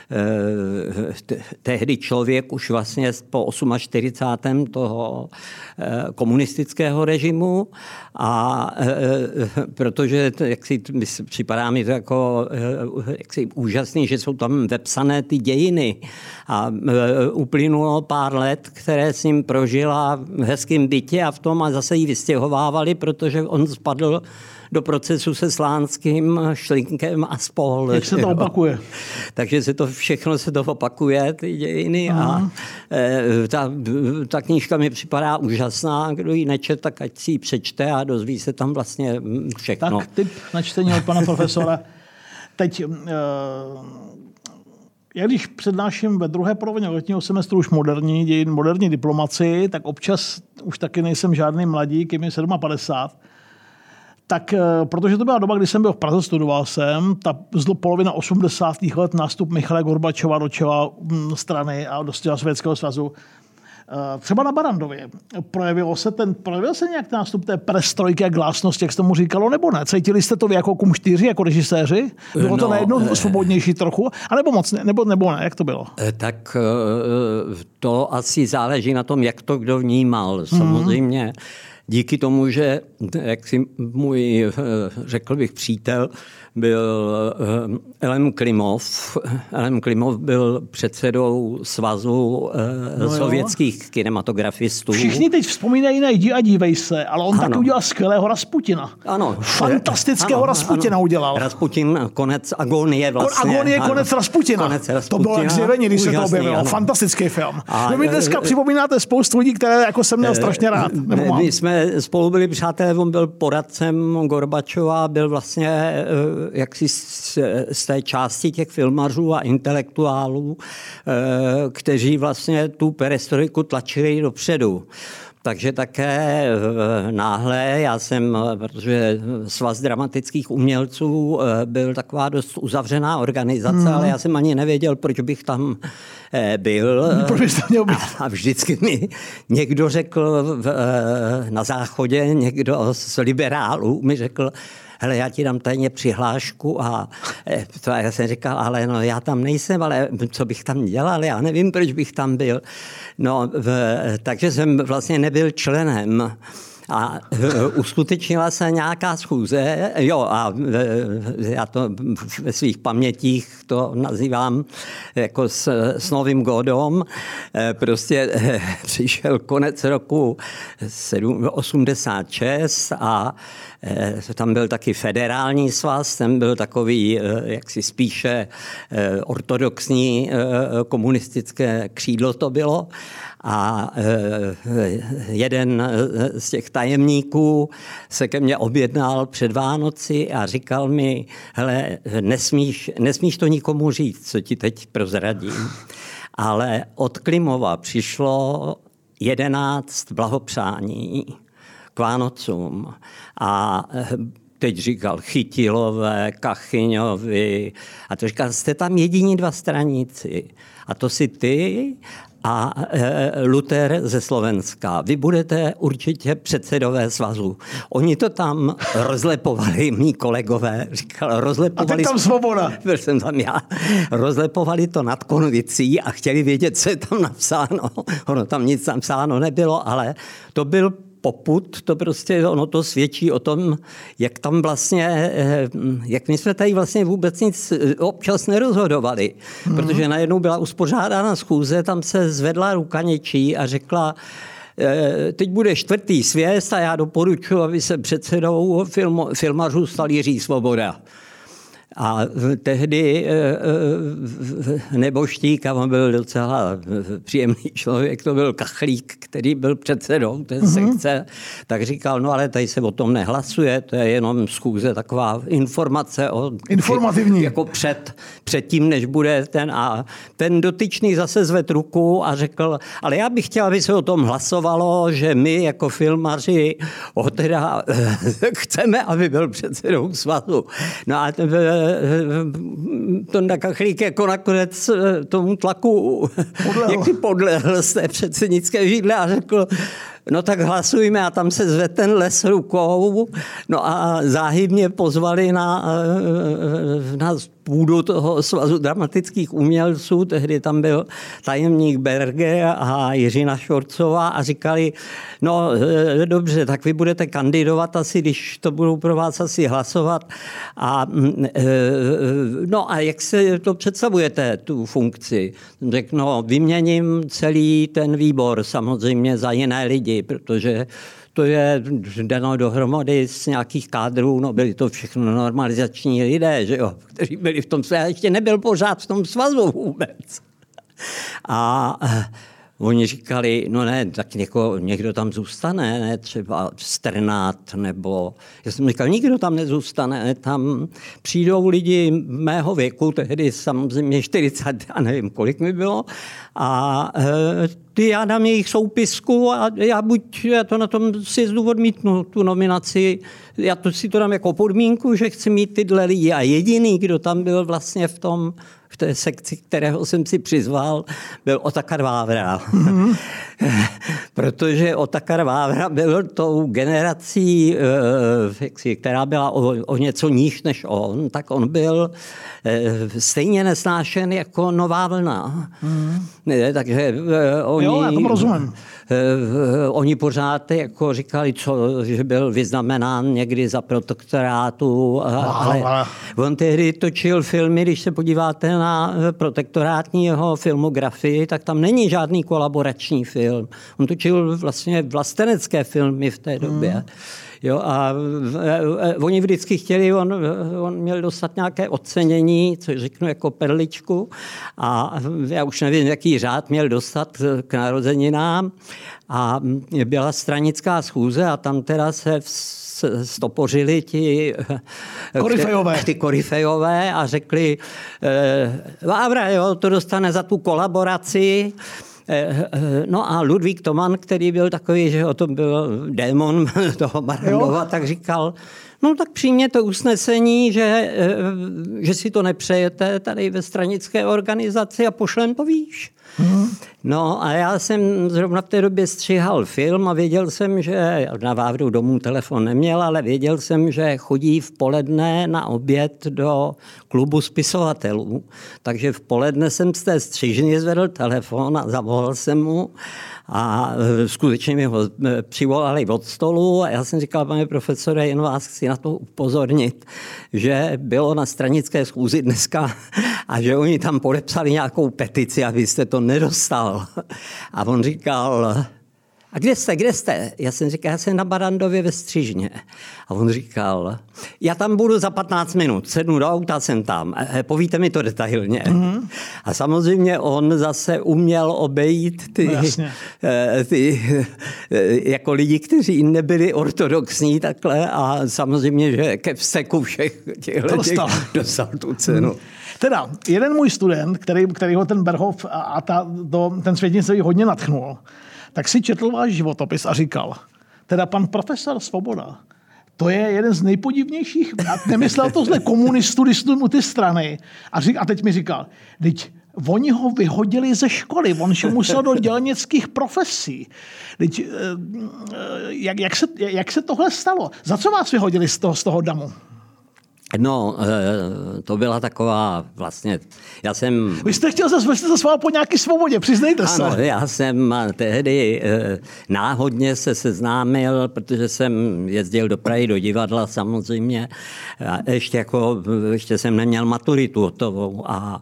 tehdy člověk už vlastně po čtyřicátém osmém toho komunistického režimu a protože jak si, připadá mi to jako jak si, úžasný, že jsou tam vepsané ty dějiny a uplynulo pár let, které s ním prožila v hezkém bytě a v tom a zase ji vystěhovávali, protože on spadl do procesu se Slánským, Šlinkem a spol. Jak se to opakuje. Takže se to všechno se to opakuje, ty dějiny. Aha. A e, ta, ta knížka mi připadá úžasná. Kdo ji nečet, tak ať si ji přečte a dozví se tam vlastně všechno. Tak tip na čtení od pana profesora. Teď, e, já když přednáším ve druhé polovině letního semestru už moderní dějin, moderní diplomaci, tak občas už taky nejsem žádný mladík, je mi padesát sedm. Tak protože to byla doba, kdy jsem byl v Praze, studoval jsem, ta zlo polovina osmdesátých let nástup Michaila Gorbačova do čela strany a do čela Sovětského svazu. Třeba na Barrandově. Projevilo se ten, projevil se nějak ten nástup té perestrojky a glásnosti, jak se tomu říkalo, nebo ne? Cítili jste to vy jako kumštýři, jako režiséři? Bylo no, to najednou svobodnější trochu? A nebo moc ne? Nebo, nebo ne? Jak to bylo? Tak to asi záleží na tom, jak to kdo vnímal. Samozřejmě. Mm-hmm. Díky tomu, že jak si můj, řekl bych, přítel byl Elem Klimov. Elem Klimov byl předsedou svazu no sovětských kinematografistů. Všichni teď vzpomínají na Jdi a dívej se, ale on ano. taky udělal skvělého Rasputina. Ano. Fantastického ano, Rasputina ano. udělal. Rasputin, konec agonie vlastně. Agonie, konec Rasputina. Konec Rasputina. To bylo jak zjevení, když úžasný, se to objevilo. Ano. Fantastický film. A vy mi dneska připomínáte spoustu lidí, které jako jsem měl strašně rád. My jsme spolu byli přátelé, on byl poradcem Gorbačova, byl vlastně jaksi z, z té části těch filmařů a intelektuálů, kteří vlastně tu perestrojku tlačili dopředu. Takže také náhle, já jsem, protože Svaz dramatických umělců byl taková dost uzavřená organizace, mm. ale já jsem ani nevěděl, proč bych tam byl. A vždycky mi někdo řekl na záchodě, někdo z liberálů mi řekl, hele, já ti dám tajně přihlášku a to já jsem říkal, ale no já tam nejsem, ale co bych tam dělal, já nevím, proč bych tam byl. No, v, takže jsem vlastně nebyl členem. A uskutečnila se nějaká schůze, jo, a já to ve svých pamětích to nazývám jako s, s Novým godom. Prostě přišel konec roku osmdesát šest a tam byl taky federální svaz, ten byl takový jaksi spíše ortodoxní komunistické křídlo to bylo. A jeden z těch tajemníků se ke mně objednal před Vánoci a říkal mi, hele, nesmíš, nesmíš to nikomu říct, co ti teď prozradím. Ale od Klimova přišlo jedenáct blahopřání k Vánocům. A teď říkal Chytilové, Kachyňovi. A to říkal, jste tam jediní dva straníci. A to si ty a Luther ze Slovenska. Vy budete určitě předsedové svazu. Oni to tam rozlepovali, mý kolegové, říkal, rozlepovali... A teď tam svoboda. Byl jsem tam já. Rozlepovali to nad konvicí a chtěli vědět, co je tam napsáno. Ono tam nic napsáno nebylo, ale to byl popud, to prostě ono to svědčí o tom, jak tam vlastně, jak my jsme tady vlastně vůbec nic občas nerozhodovali. Mm-hmm. Protože najednou byla uspořádána schůze, tam se zvedla ruka něčí a řekla, teď bude čtvrtý svěst a já doporučuji, aby se předsedou film, filmařů stal Jiří Svoboda. A tehdy neboštík, a on byl docela příjemný člověk, to byl Kachlík, který byl předsedou té mm-hmm. sekce, tak říkal, no ale tady se o tom nehlasuje, to je jenom schůze, taková informace o... Informativní. Jako před, před tím, než bude ten... A ten dotyčný zase zvedl ruku a řekl, ale já bych chtěl, aby se o tom hlasovalo, že my jako filmaři ho teda chceme, aby byl předsedou svazu. No a Tonda Kachlík jako nakonec tomu tlaku podlehl. Jak si podlehl z té předsednické židle a řekl, no tak hlasujme, a tam se zvedl ten les rukou. No a záhy mě pozvali na, na půdu toho svazu dramatických umělců. Tehdy tam byl tajemník Berger a Jiřina Švorcová a říkali, no dobře, tak vy budete kandidovat asi, když to budou pro vás asi hlasovat. A, no a jak se to představujete, tu funkci? Řekl, no vyměním celý ten výbor samozřejmě za jiné lidi, protože to je dano dohromady z nějakých kádrů, no byli to všechno normalizační lidé, že jo, kteří byli v tom svazu. Já ještě nebyl pořád v tom svazu vůbec. A oni říkali, no ne, tak něko, někdo tam zůstane, ne, třeba Strnad, nebo... Já jsem říkal, nikdo tam nezůstane, ne, tam přijdou lidi mého věku, tehdy samozřejmě čtyřicet, já nevím, kolik mi bylo, a ty já dám jejich soupisku a já buď já to na tom sjezdu odmítnu, tu nominaci, já to si to dám jako podmínku, že chci mít tyhle lidi. A jediný, kdo tam byl vlastně v tom, v té sekci, kterého jsem si přizval, byl Otakar Vávra. Mm-hmm. Protože Otakar Vávra byl tou generací, která byla o, o něco níž než on, tak on byl stejně nesnášen jako Nová vlna. Mm-hmm. Ne, takže oni, jo, já tomu rozumím. Oni pořád jako říkali, co, že byl vyznamenán někdy za protektorátu, ale on tehdy točil filmy, když se podíváte na protektorátní jeho filmografii, tak tam není žádný kolaborační film. On točil vlastně vlastenecké filmy v té době. Hmm. Jo, a oni vždycky chtěli, on, on měl dostat nějaké ocenění, což řeknu jako perličku, a já už nevím, jaký řád měl dostat k narozeninám, a byla stranická schůze a tam teda se stopořili ti koryfejové. ty koryfejové a řekli, Vávra, jo, to dostane za tu kolaboraci. No a Ludvík Toman, který byl takový, že o tom byl démon toho Barandova, tak říkal, no tak přijměte usnesení, že, že si to nepřejete tady ve stranické organizaci a pošlem to výš. Hmm. No a já jsem zrovna v té době stříhal film a věděl jsem, že na Vávru domů telefon neměl, ale věděl jsem, že chodí v poledne na oběd do klubu spisovatelů. Takže v poledne jsem z té střižny zvedl telefon a zavolal jsem mu a skutečně mi ho přivolali od stolu a já jsem říkal, pane profesore, jen vás chci na to upozornit, že bylo na stranické schůzi dneska a že oni tam podepsali nějakou petici a vy jste to nedostal. A on říkal, a kde jste, kde jste? Já jsem říkal, já jsem na Barandově ve Střižně. A on říkal, já tam budu za patnáct minut, sednu do auta, jsem tam. Povíte mi to detailně. Mm-hmm. A samozřejmě on zase uměl obejít ty, no, ty jako lidi, kteří nebyli ortodoxní takhle a samozřejmě, že ke vzteku všech těchto dostal. dostal tu cenu. Mm. Teda, jeden můj student, který, kterýho ten Berhof a ta, to, ten světnictví hodně nadchnul, tak si četl váš životopis a říkal, teda pan profesor Svoboda, to je jeden z nejpodivnějších, a nemyslel to zle, komunistů, když mu ty strany. A, řík, a teď mi říkal, teď oni ho vyhodili ze školy, on se musel do dělnických profesí. Teď, jak, jak, se, jak se tohle stalo? Za co vás vyhodili z toho, z toho damu? No, to byla taková vlastně, já jsem... Vy jste chtěl zase, jste zasval po nějaký svobodě, přiznejte se. Ano, já jsem tehdy náhodně se seznámil, protože jsem jezdil do Prahy do divadla samozřejmě, a ještě, jako, ještě jsem neměl maturitu hotovou a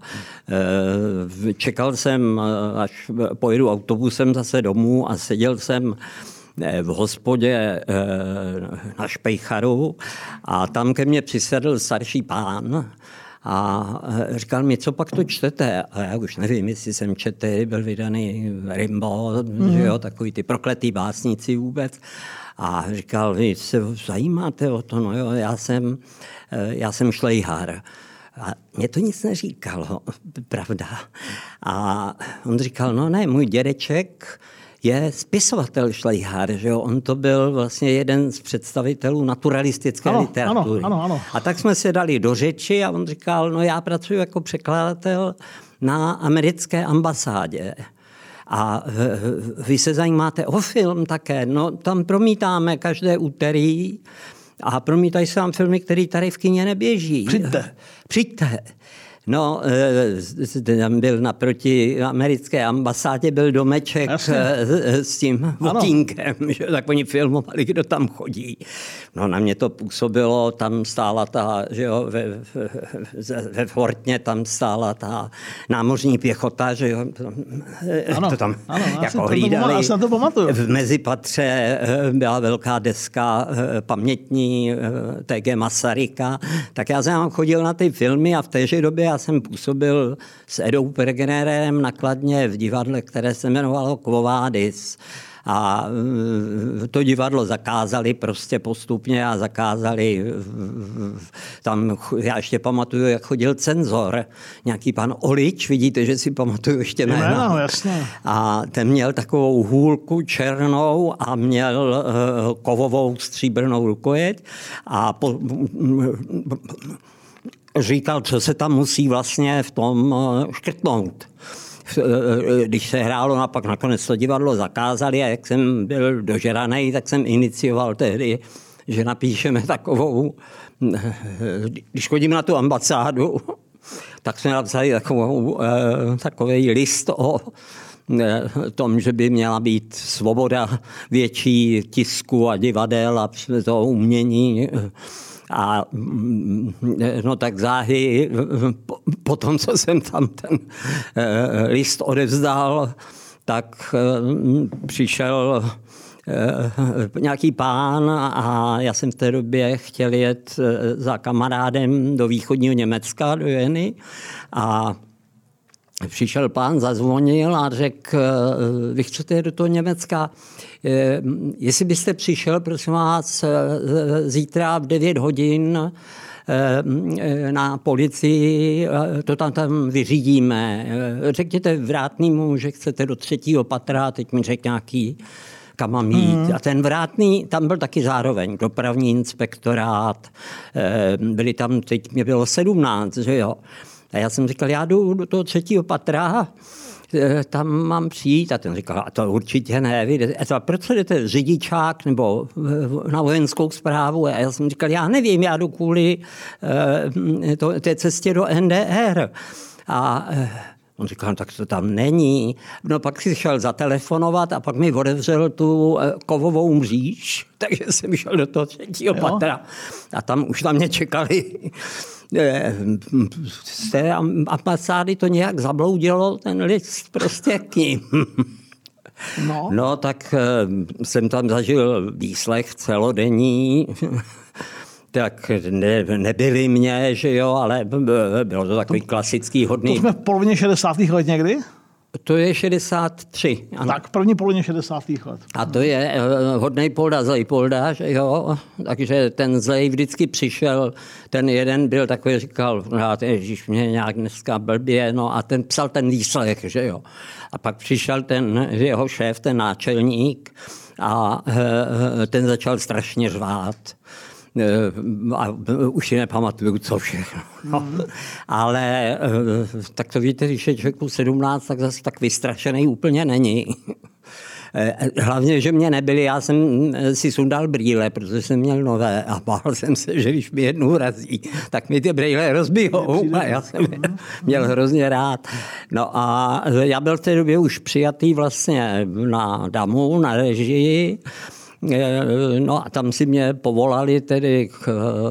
čekal jsem, až pojedu autobusem zase domů a seděl jsem v hospodě na Špejcharu a tam ke mně přisedl starší pán A říkal mi, co pak to čtete? A já už nevím, jestli jsem četl, byl vydaný Rimbaud, mm. že jo, takový ty prokletý básníci vůbec. A říkal, vy se zajímáte o to? No jo, já jsem, já jsem šlejhár. A mě to nic neříkalo, pravda. A on říkal, no ne, můj dědeček je spisovatel Šlejhár, že jo? On to byl vlastně jeden z představitelů naturalistické ano, literatury. Ano, ano, ano. A tak jsme se dali do řeči a on říkal, no já pracuji jako překladatel na americké ambasádě. A vy se zajímáte o film také, no tam promítáme každé úterý a promítají se vám filmy, které tady v kině neběží. Přijďte. Přijďte. No, tam byl naproti americké ambasádě, byl domeček Jasně. s tím votínkem, že tak oni filmovali, kdo tam chodí. No, na mě to působilo, tam stála ta, že jo, ve, ve Fortně tam stála ta námořní pěchota, že jo, ano, to tam ano, jako hlídali. Já si na to pamatuju. V mezipatře byla velká deska pamětní T G Masaryka, tak já jsem chodil na ty filmy a v téže době já jsem působil s Edou Pergnerem na Kladně v divadle, které se jmenovalo Quo Vadis. A to divadlo zakázali prostě postupně a zakázali tam, já ještě pamatuju, jak chodil cenzor, nějaký pan Olič, vidíte, že si pamatuju ještě jméno. Jméno, jasně. A ten měl takovou hůlku černou a měl kovovou stříbrnou rukojeť a po, říkal, co se tam musí vlastně v tom škrtnout. Když se hrálo, a pak nakonec to divadlo zakázali a jak jsem byl dožeranej, tak jsem inicioval tehdy, že napíšeme takovou, když chodím na tu ambasádu, tak jsme napsali takovou, takový list o tom, že by měla být svoboda větší tisku a divadel a toho umění. A no tak záhy, po, po tom, co jsem tam ten eh, list odevzdal, tak eh, přišel eh, nějaký pán a já jsem v té době chtěl jet eh, za kamarádem do východního Německa, do Jeny a přišel pán, zazvonil a řekl, vy chcete jít do toho Německa, jestli byste přišel, prosím vás, zítra v devět hodin na policii, to tam, tam vyřídíme. Řekněte vrátnému, že chcete do třetího patra, teď mi řekl nějaký, kam mám jít. Mm. A ten vrátný, tam byl taky zároveň dopravní inspektorát, byli tam, teď mě bylo sedmnáct, že jo. A já jsem říkal, já jdu do toho třetího patra, tam mám přijít. A ten říkal, a to určitě ne. Vy jdete, a proč jdete řidičák nebo na vojenskou správu? A já jsem říkal, já nevím, já jdu kvůli to, té cestě do N D R. A on říkal, no, tak to tam není. No pak si šel zatelefonovat a pak mi odevřel tu kovovou mříž, takže jsem šel do toho třetího patra. A tam už na mě čekali. Z té ambasády to nějak zabloudilo, ten list prostě k ním. No, no tak jsem tam zažil výslech celodenní. Tak ne, nebyli mě, že jo, ale bylo to takový to, klasický hodný. To jsme v polovině šedesátých let někdy? To je šedesát tři. Ano. Tak, první polovině šedesátých let. A to je hodnej polda, zlej polda, že jo. Takže ten zlej vždycky přišel, ten jeden byl takový, říkal, ježiš, mě nějak dneska blbě, no a ten psal ten výslech, že jo. A pak přišel ten jeho šéf, ten náčelník a ten začal strašně řvát. A už si nepamatuju, co všechno. No. Mm. Ale tak to víte, když je člověku sedmnáct, tak zase tak vystrašený úplně není. Hlavně, že mě nebyli, já jsem si sundal brýle, protože jsem měl nové a bál jsem se, že když mi jednou razí, tak mi ty brýle rozbijou a já jsem je měl hrozně rád. No a já byl v té době už přijatý vlastně na Damu, na režii. No a tam si mě povolali tedy k,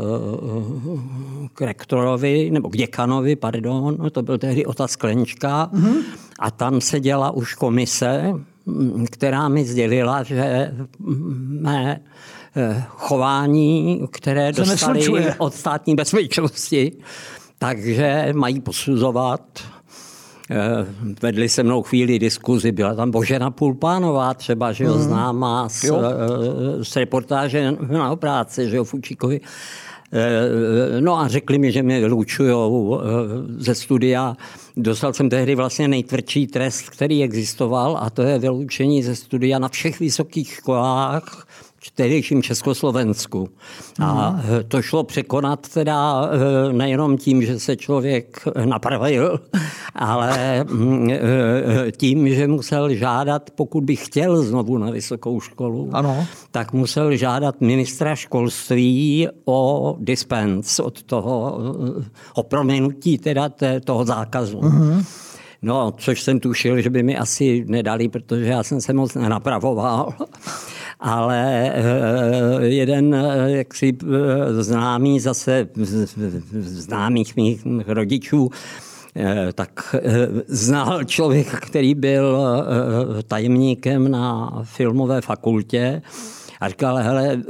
k rektorovi, nebo k děkanovi, pardon, no to byl tehdy Ota Sklenčka, mm-hmm. A tam seděla už komise, která mi sdělila, že mé chování, které dostali od státní bezpečnosti, takže mají posuzovat. Vedli se mnou chvíli diskuzi, byla tam Božena Pulpánová třeba, že jo, mm. známá z, z reportáže na práci, že jo, Fučíkovi. No a řekli mi, že mě vylučujou ze studia. Dostal jsem tehdy vlastně nejtvrdší trest, který existoval, a to je vyloučení ze studia na všech vysokých školách v tehdejším Československu. A to šlo překonat teda nejenom tím, že se člověk napravil, ale tím, že musel žádat, pokud by chtěl znovu na vysokou školu, ano. tak musel žádat ministra školství o dispens od toho, o prominutí teda toho zákazu. Uh-huh. No, což jsem tušil, že by mi asi nedali, protože já jsem se moc nenapravoval. Ale jeden jaksi známý zase známých mých rodičů, tak znal člověka, který byl tajemníkem na filmové fakultě, a říkal, hele,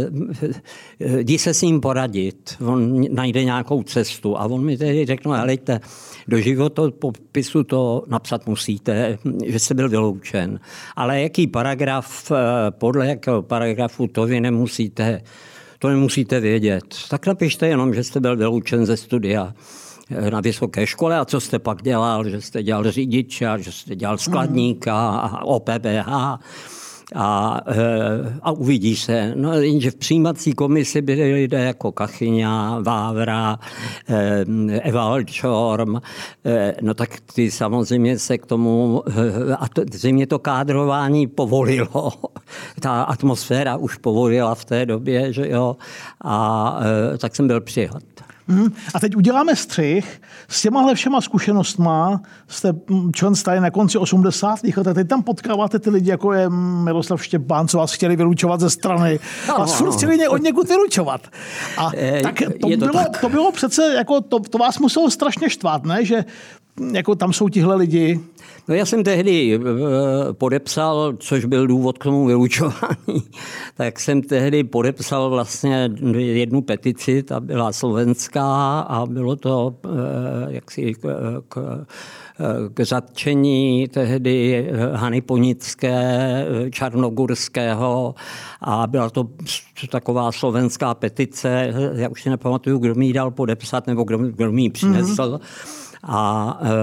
jdi se s ním poradit, on najde nějakou cestu. A on mi tehdy řekl, helejte, do životopisu to napsat musíte, že jste byl vyloučen. Ale jaký paragraf, podle jakého paragrafu, to vy nemusíte, to nemusíte vědět. Tak napište jenom, že jste byl vyloučen ze studia na vysoké škole a co jste pak dělal, že jste dělal řidiče, že jste dělal skladníka a O P P H. A, a uvidí se. No, jenže v přijímací komisi byli lidé jako Kachyňa, Vávra, Eva Holčorm, no tak ty samozřejmě se k tomu, a to, zřejmě to kádrování povolilo. Ta atmosféra už povolila v té době, že jo, a tak jsem byl přijat. Hmm. A teď uděláme střih s těmahle všema zkušenostma. Jste člen stáje na konci osmdesátých let a teď tam potkáváte ty lidi, jako je Miroslav Štěpán, co vás chtěli vylučovat ze strany. No, vás furt chtěli od někud vylučovat. A e, tak to, to, bylo, tak. to bylo přece, jako to, to vás muselo strašně štvát, ne? Že jako tam jsou tihle lidi. No já jsem tehdy podepsal, což byl důvod k tomu vylučování, tak jsem tehdy podepsal vlastně jednu petici, ta byla slovenská a bylo to jaksi k, k, k zatčení tehdy Hany Ponické, Čarnogurského a byla to taková slovenská petice, já už si nepamatuju, kdo mi ji dal podepsat nebo kdo, kdo mi ji přinesl. Mm-hmm. A e,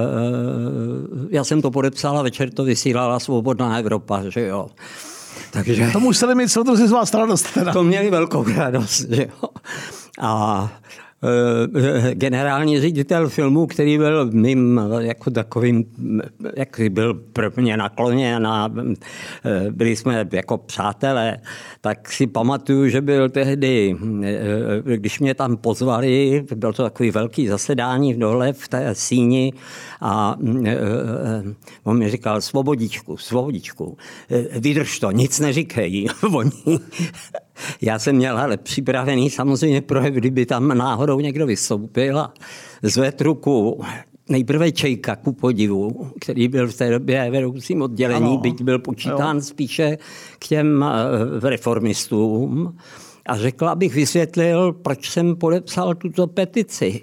já jsem to podepsal a večer to vysílala Svobodná Evropa, že jo. Takže to museli mít soudruzi z vás radost. Teda. To měli velkou radost, že jo. A e, generální ředitel filmu, který byl mým jako takovým, jak byl pro mě nakloněn a e, byli jsme jako přátelé, tak si pamatuju, že byl tehdy, e, když mě tam pozvali, bylo to takový velký zasedání v dole v té síni a e, e, on mi říkal, svobodičku, svobodičku, e, vydrž to, nic neříkej. Oni Já jsem měl ale připravený samozřejmě projev, kdyby tam náhodou někdo vystoupil a zved ruku. Nejprve Čejka, ku podivu, který byl v té době vedoucím oddělení, ano. byť byl počítán jo. spíše k těm reformistům. A řekl, abych vysvětlil, proč jsem podepsal tuto petici.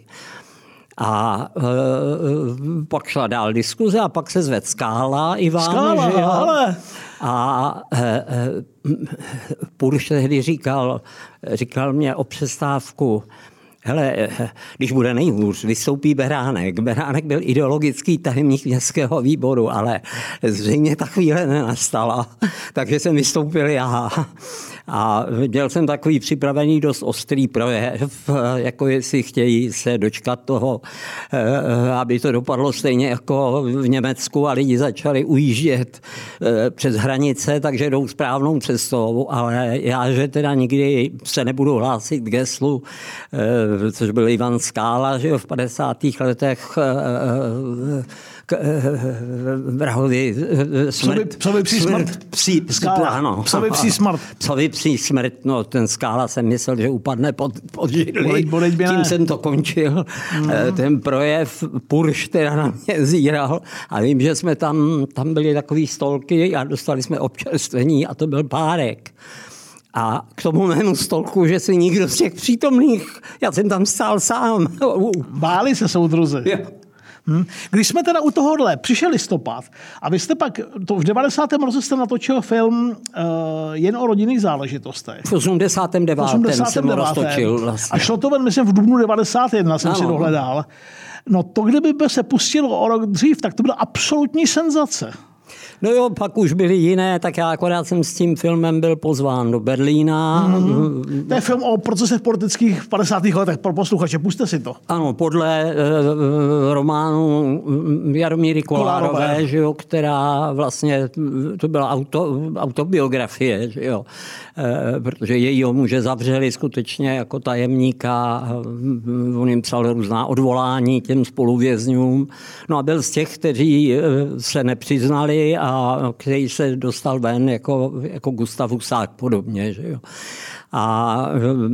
A e, pak šla dál diskuze a pak se zved Skála Ivan. Skála, že jo? Ale... A e, e, Purš tehdy říkal, říkal mě o přestávku, hele, když bude nejhůř, vystoupí Beránek. Beránek byl ideologický tajemník městského výboru, ale zřejmě ta chvíle nenastala, takže jsem vystoupil já. A měl jsem takový připravený dost ostrý projev, jako jestli chtějí se dočkat toho, aby to dopadlo stejně jako v Německu a lidi začali ujíždět přes hranice, takže jdou správnou cestou, ale já, že teda nikdy se nebudu hlásit k geslu, což byl Ivan Skála, že v padesátých letech vrahovi smrt. Psovi psí smrt. Psí, Skála. Ano. Psovi psí smrt. Psovi psí smrt. No, ten Skála jsem myslel, že upadne pod, pod židli. Boleď, boleď Tím jsem to končil. Mm. Ten projev Purš teda na mě zíral. A vím, že jsme tam, tam byli takový stolky a dostali jsme občerstvení a to byl párek. A k tomu mému stolku, že si nikdo z těch přítomných, já jsem tam stál sám. Báli se soudruzi. Jo. Hm. Když jsme teda u tohohle, přišel listopad a vy jste pak, to v devadesátém roce jste natočil film uh, Jen o rodinných záležitostech. V osmdesátém devátém jsem ho roztočil vlastně. A šlo to ven, myslím, v dubnu devadesát jedna jsem ano. si dohledal. No to, kdyby se pustilo o rok dřív, tak to byla absolutní senzace. No jo, pak už byly jiné, tak já akorát jsem s tím filmem byl pozván do Berlína. Mm-hmm. To je film o procesech politických v padesátých letech pro posluchače, puste si to. Ano, podle e, románu Jaromíry Kolárové, Kolárové. Že jo, která vlastně, to byla auto, autobiografie, že jo, e, protože jejího muže zavřeli skutečně jako tajemníka, on jim psal různá odvolání těm spoluvězňům. No a byl z těch, kteří se nepřiznali a a který se dostal ven jako, jako Gustav Husák podobně. Že jo. A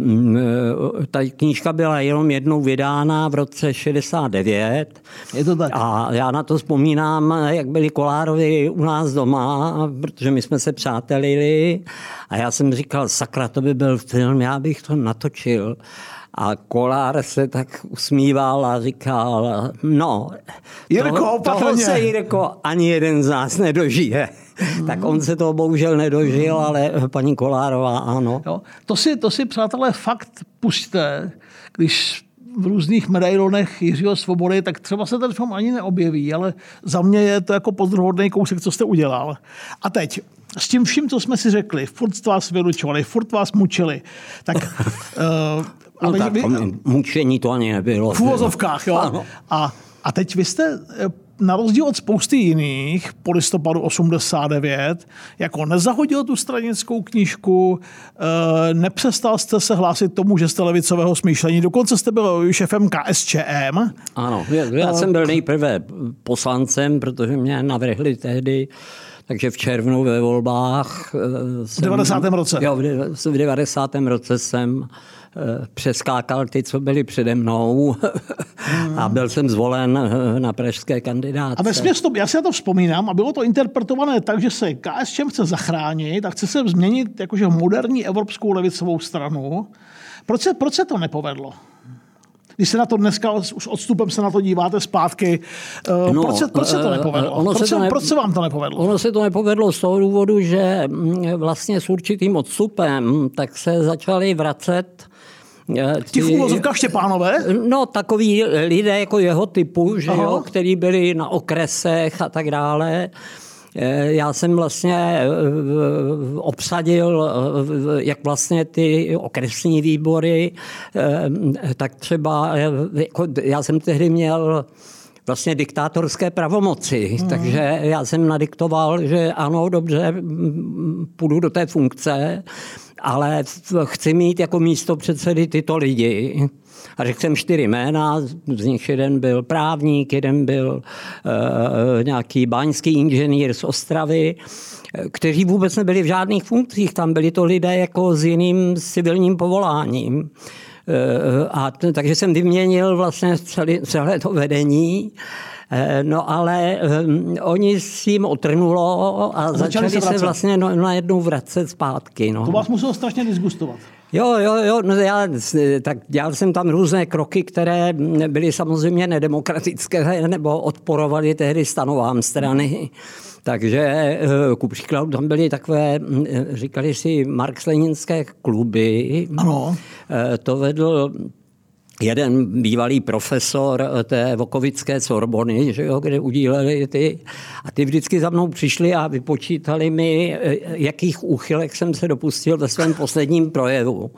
ta knížka byla jenom jednou vydána v roce šedesát devět. Je to tak. A já na to vzpomínám, jak byli Kolárovi u nás doma, protože my jsme se přátelili a já jsem říkal, sakra, to by byl film, já bych to natočil. A Kolár se tak usmíval a říkal, no, Jirko, toho, toho se, Jirko, ani jeden z nás nedožije. Hmm. Tak on se toho bohužel nedožil, hmm. ale paní Kolárová ano. Jo, to, si, to si, přátelé, fakt pusťte, když v různých medailonech Jiřího Svobody, tak třeba se ten film ani neobjeví, ale za mě je to jako pozoruhodný kousek, co jste udělal. A teď, s tím vším, co jsme si řekli, furt vás vylučovali, furt vás mučili, tak... uh, no tak vy, mučení to ani nebylo. V uvozovkách, jo. Ano. A, a teď vy jste, na rozdíl od spousty jiných, po listopadu osmdesát devět, jako nezahodil tu stranickou knížku, nepřestal jste se hlásit tomu, že jste levicového smýšlení, dokonce jste byl šéfem K S Č M. Ano, já jsem byl nejprve poslancem, protože mě navrhli tehdy, takže v červnu ve volbách... V devadesátém roce. Jo, v devadesátém roce jsem přeskákal ty, co byli přede mnou hmm. a byl jsem zvolen na pražské kandidáce. A vesměs to, já si na to vzpomínám a bylo to interpretované tak, že se K S Č M chce zachránit a chce se změnit jakože moderní evropskou levicovou stranu. Proč se, proč se to nepovedlo? Když se na to dneska už odstupem se na to díváte zpátky, no, proč, se, proč se to nepovedlo? Ono proč, se to ne... proč se vám to nepovedlo? Ono se to nepovedlo z toho důvodu, že vlastně s určitým odstupem tak se začali vracet Ti v úvozovkách Štěpánové? No, takový lidé jako jeho typu, že jo, který byli na okresech a tak dále. Já jsem vlastně obsadil, jak vlastně ty okresní výbory, tak třeba, jako já jsem tehdy měl vlastně diktátorské pravomoci, hmm. takže já jsem nadiktoval, že ano, dobře, půjdu do té funkce, ale chci mít jako místo předsedy tyto lidi. A řekl jsem čtyři jména, z nich jeden byl právník, jeden byl uh, nějaký báňský inženýr z Ostravy, kteří vůbec nebyli v žádných funkcích. Tam byli to lidé jako s jiným civilním povoláním. Uh, a t- takže jsem vyměnil vlastně celé, celé to vedení. No ale um, oni s tím otrnulo a začali, začali se, se vlastně no, najednou vracet zpátky. No. To vás muselo strašně disgustovat. Jo, jo, jo, no já, tak dělal jsem tam různé kroky, které byly samozřejmě nedemokratické nebo odporovaly tehdy stanovám strany. Takže ku příkladu tam byly takové, říkali si marx-leninské kluby. Ano. To vedl jeden bývalý profesor té Vokovické Sorbony, že jo, kde udíleli ty. A ty vždycky za mnou přišli a vypočítali mi, jakých úchylek jsem se dopustil ve svém posledním projevu.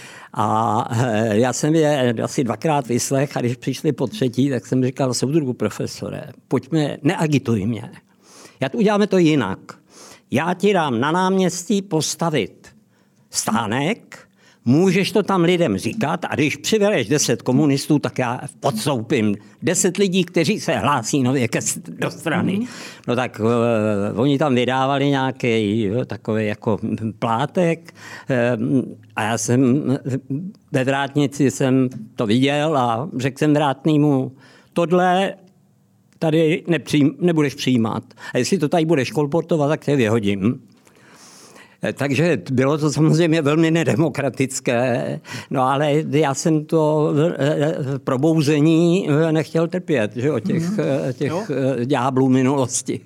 A já jsem je asi dvakrát vyslech a když přišli po třetí, tak jsem říkal, soudruhu profesore, pojďme, neagituj mě. Já to uděláme to jinak. Já ti dám na náměstí postavit stánek, můžeš to tam lidem říkat a když přivedeš deset komunistů, tak já podstoupím deset lidí, kteří se hlásí nově ke, do strany. Mm. No tak uh, oni tam vydávali nějaký uh, takový jako plátek uh, a já jsem ve vrátnici jsem to viděl a řekl jsem vrátnýmu, tohle tady nepřijím, nebudeš přijímat. A jestli to tady budeš kolportovat, tak tě vyhodím. Takže bylo to samozřejmě velmi nedemokratické, no ale já jsem to probouzení nechtěl trpět, že o těch, těch ďáblů minulosti.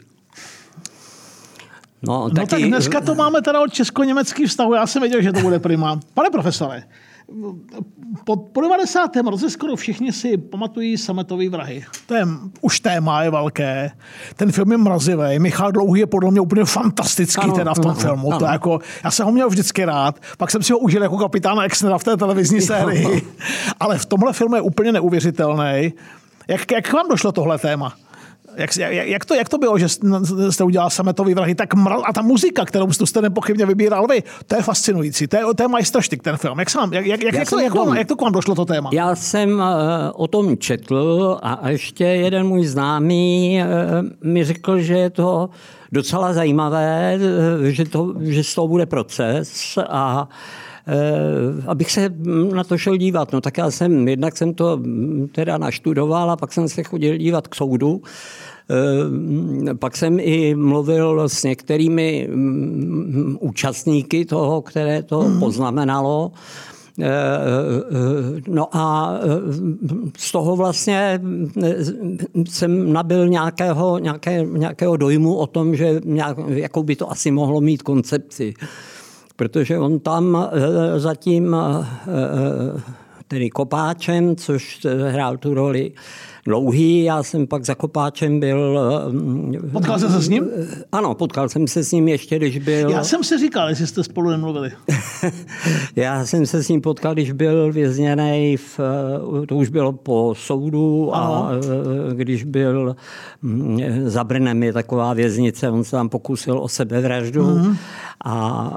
No, taky... no tak dneska to máme teda od česko-německý vztahu, já jsem věděl, že to bude prima. Pane profesore, po, po devadesátém roce skoro všichni si pamatují Sametový vrahy. To je, už téma je velké. Ten film je mrazivý. Michal Dlouhý je podle mě úplně fantastický ano, teda v tom ano, filmu. Ano. To je jako, já jsem ho měl vždycky rád. Pak jsem si ho užil jako kapitána Exnera v té televizní sérii. Ale v tomhle filmu je úplně neuvěřitelný. Jak, jak vám došlo tohle téma? Jak, jak, jak, to, jak to bylo, že jste udělal Sametový vrahy tak mraz, a ta muzika, kterou jste nepochybně vybíral vy, to je fascinující. To je, to je majstrštyk, ten film. Jak, sám, jak, jak, jak, jak, to, jak, to, jak to k vám došlo, to téma? Já jsem o tom četl a ještě jeden můj známý mi řekl, že je to docela zajímavé, že, to, že z toho bude proces a abych se na to šel dívat. No tak já jsem, jednak jsem to teda naštudoval a pak jsem se chodil dívat k soudu. Pak jsem i mluvil s některými účastníky toho, které to poznamenalo. No a z toho vlastně jsem nabyl nějakého, nějaké, nějakého dojmu o tom, že nějak, jakou by to asi mohlo mít koncepci. Protože on tam zatím tedy Kopáčem, což hrál tu roli Dlouhý, já jsem pak za Kopáčem byl... Potkal jsi se s ním? Ano, potkal jsem se s ním ještě, když byl... Já jsem si říkal, jestli jste spolu nemluvili. Já jsem se s ním potkal, když byl vězněný, v, to už bylo po soudu a Aha. když byl za Brnem, je taková věznice, on se tam pokusil o sebevraždu mm-hmm. a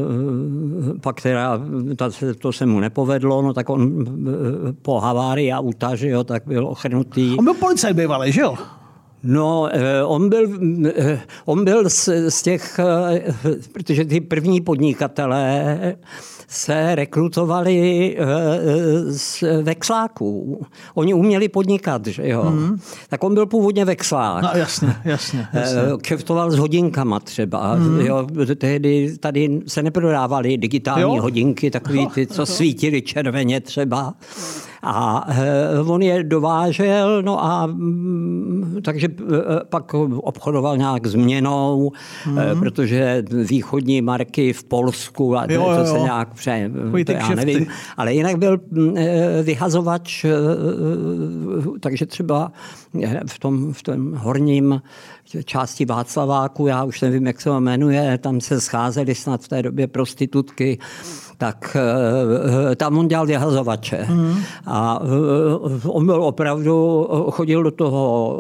pak teda to se mu nepovedlo, no tak on po havárii auta, že jo, tak byl ochrnutý. On byl policajt bývalý, že jo? No, on byl, on byl z, z těch, protože ty první podnikatelé se rekrutovali z vexláků. Oni uměli podnikat, že jo. Mm. Tak on byl původně vexlák. No jasně, jasně. jasně. Kšeftoval s hodinkama třeba. Mm. Jo, tehdy tady se neprodávaly digitální jo? hodinky, takový ty, co svítily červeně třeba. A on je dovážel, no a takže pak obchodoval nějak s měnou, mm. protože východní marky v Polsku a to, jo, to se jo. nějak pře... to já nevím. Ale jinak byl vyhazovač, takže třeba v tom, v tom horním části Václaváku, já už nevím, jak se ho jmenuje, tam se scházeli snad v té době prostitutky, tak tam on dělal vyhazovače. Mm. A on byl opravdu, chodil do toho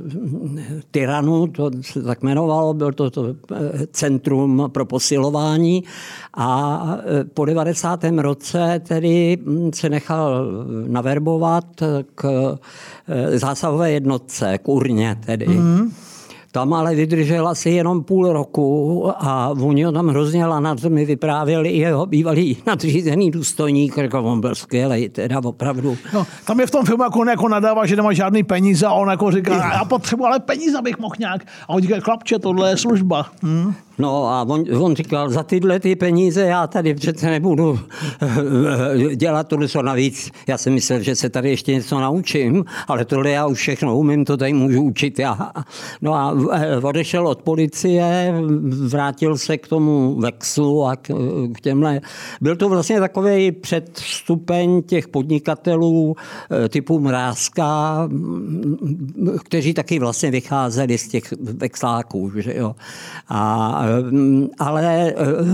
Tyranu, to se tak jmenovalo, byl to, to centrum pro posilování a po devadesátém roce tedy se nechal naverbovat k zásahové jednotce, k urně tedy. Mm. Tam ale vydržel asi jenom půl roku a oni ho tam hrozně lanat mi vyprávěli i jeho bývalý nadřízený důstojník, jako on byl skvělej, teda opravdu. No, tam je v tom filmu, jako on jako nadává, že nemá žádný peníze a on jako říká, já potřebuji ale peníze, abych mohl nějak. A on říká, chlapče, tohle je služba. Hm? No a on, on říkal, za tyhle ty peníze já tady přece nebudu dělat tohle co navíc. Já jsem myslel, že se tady ještě něco naučím, ale tohle já už všechno umím, to tady můžu učit já. No a odešel od policie, vrátil se k tomu vexlu a k, k těmhle. Byl to vlastně takový předstupeň těch podnikatelů typu Mrázka, kteří taky vlastně vycházeli z těch vexláků, že jo. A ale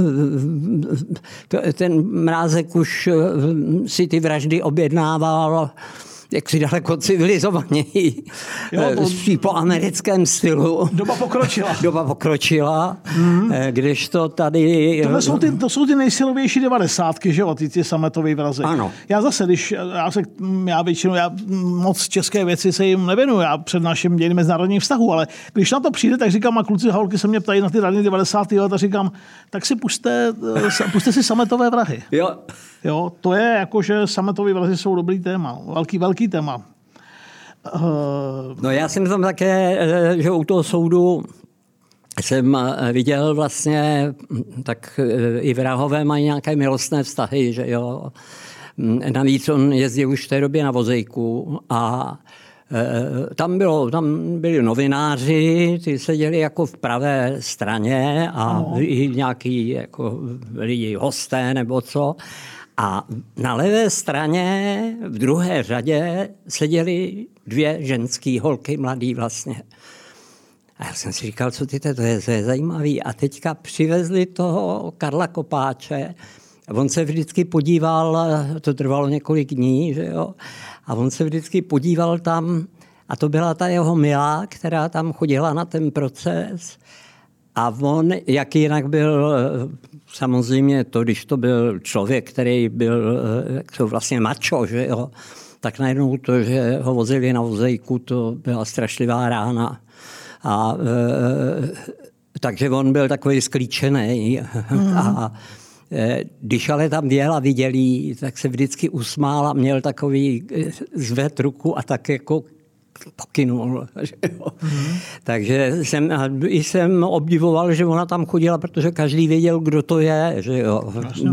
ten Mrázek už si ty vraždy objednával jak si daleko civilizovaněji, spíš po americkém stylu. Doba pokročila. Doba pokročila, mm. když to tady... Tohle jsou ty, to jsou ty nejsilovější devadesátky, že jo, ty, ty Sametový vrazy. Ano. Já zase, když, já, se, já většinou, já moc české věci se jim nevěnuju, já přednáším dějiny mezinárodních vztahů, ale když na to přijde, tak říkám, a kluci a holky se mě ptají na ty rané devadesátá let a říkám, tak si puste, puste si Sametové vrahy. Jo. Jo, to je jako, že Sametový vrazy jsou dobrý téma, velký, velký téma. Uh... No já jsem tam také, že u toho soudu jsem viděl vlastně, tak i vrahové mají nějaké milostné vztahy, že jo. Navíc on jezdil už v té době na vozejku a tam, bylo, tam byli novináři, ty seděli jako v pravé straně a no. i nějaký jako lidi hosté nebo co. A na levé straně v druhé řadě seděly dvě ženský holky, mladý vlastně. A já jsem si říkal, co ty, to je, to je zajímavý. A teďka přivezli toho Karla Kopáče. On se vždycky podíval, to trvalo několik dní, že jo, a on se vždycky podíval tam, a to byla ta jeho milá, která tam chodila na ten proces. A on, jak jinak byl, samozřejmě to, když to byl člověk, který byl to vlastně mačo, že jo, tak najednou to, že ho vozili na vozejku, to byla strašlivá rána. A e, takže on byl takový sklíčený. Mm. A e, když ale tam věl a viděl jí, tak se vždycky usmál a měl takový zved ruku a tak jako pokynul. Mm. Takže jsem, jsem obdivoval, že ona tam chodila, protože každý věděl, kdo to je. Že jo.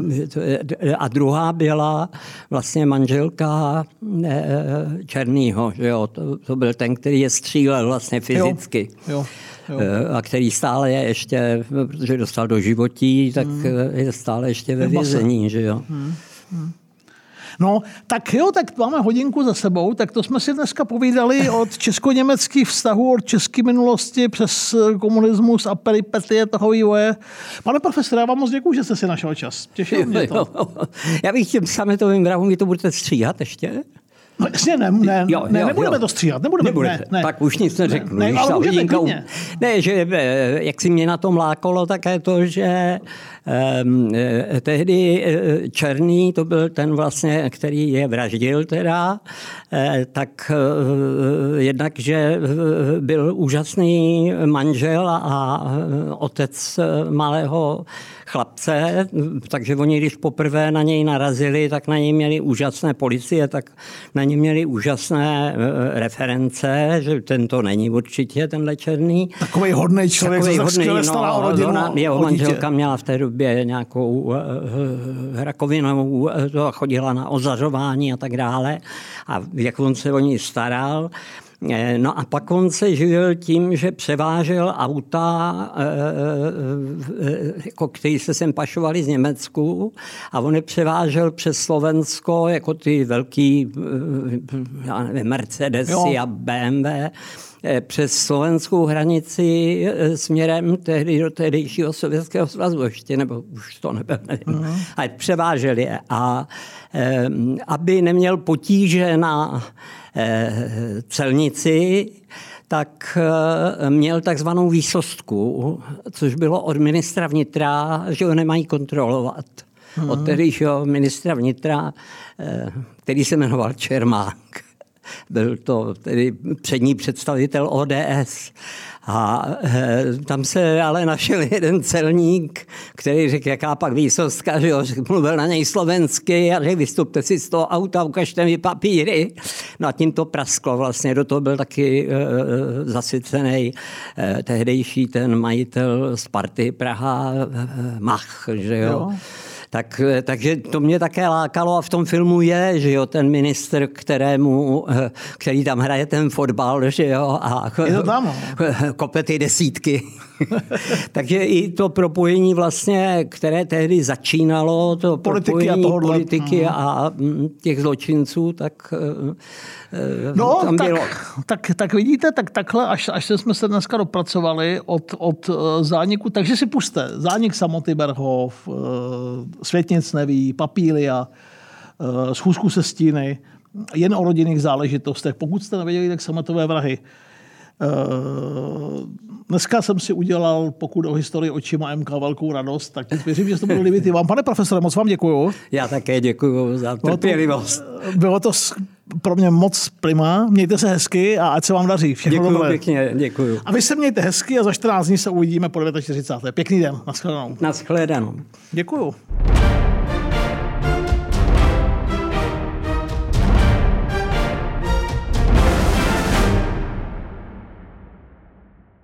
A druhá byla vlastně manželka Černýho. Že jo. To, to byl ten, který je střílel vlastně fyzicky. Jo. Jo. Jo. A který stále je ještě, protože dostal do životí, tak mm. je stále ještě ve vězení. Že jo. Mm. Mm. No, tak jo, tak máme hodinku za sebou, tak to jsme si dneska povídali od česko-německých vztahů, od české minulosti přes komunismus a peripetie toho vývoje. Pane profesore, já vám moc děkuju, že jste si našel čas. Těšil mě to. Jo. Já bych těm sametovým vrahům, vy to budete stříhat ještě? No jasně, ne, ne, jo, ne jo, nebudeme jo. to stříhat. Nebudeme, nebudete. Ne, ne. Tak už nic neřeknu. Ne, ne, ale můžete klidně. Ne, že jak si mě na tom lákalo, také to, že um, tehdy Černý, to byl ten vlastně, který je vraždil teda, tak uh, jednak, že byl úžasný manžel a otec malého chlapce, takže oni, když poprvé na něj narazili, tak na něj měli úžasné policie, tak na něj měli úžasné reference, že tento není určitě tenhle Černý. Takovej hodnej člověk, Takovej se hodnej, skvěle stará o rodinu. Ona, jeho manželka měla v té době nějakou uh, rakovinou, uh, chodila na ozařování a tak dále. A jak on se o ní staral. No a pak on se živil tím, že převážel auta, jako který se sem pašovali z Německu, a on je převážel přes Slovensko jako ty velký, já nevím, Mercedesy jo. a B M W přes slovenskou hranici směrem tehdy do tehdejšího Sovětského svazu ještě, nebo už to nebyl, nevím. Uh-huh. A převáželi je. A aby neměl potíže na celnici, tak měl takzvanou výsostku, což bylo od ministra vnitra, že ho nemají kontrolovat. Hmm. Od tehdejšího ministra vnitra, který se jmenoval Čermák. Byl to tedy přední představitel O D S. A e, tam se ale našel jeden celník, který řekl, jaká pak výsostka, že jo, mluvil na něj slovensky a řekl, vystupte si z toho auta, ukažte mi papíry. No a tím to prasklo vlastně, do toho byl taky e, zasvěcený e, tehdejší ten majitel Sparty Praha e, Mach, že jo. jo. Tak, takže to mě také lákalo a v tom filmu je, že jo, ten ministr, kterému, který tam hraje ten fotbal, že jo, a kope ty desítky. Takže i to propojení vlastně, které tehdy začínalo, to politiky propojení a tohodle. politiky a těch zločinců, tak no, tam tak, bylo. Tak, tak vidíte, tak takhle, až, až jsme se dneska dopracovali od, od zániku, takže si puste. Zánik Samoty Berhof, Světnic neví, Papília, Schůzku se stíny, jen o rodinných záležitostech. Pokud jste nevěděli, tak Sametové vrahy. Dneska jsem si udělal, pokud o historii očima M K, velkou radost, tak věřím, že to bylo líbit i vám. Pane profesore, moc vám děkuju. Já také děkuju za trpělivost. Bylo to pro mě moc prima. Mějte se hezky a ať se vám daří. Všechno děkuju dobré. Pěkně, děkuju. A vy se mějte hezky a za čtrnáct dní se uvidíme po čtyřicátém devátém Pěkný den. Naschledanou. Naschledanou. Děkuju.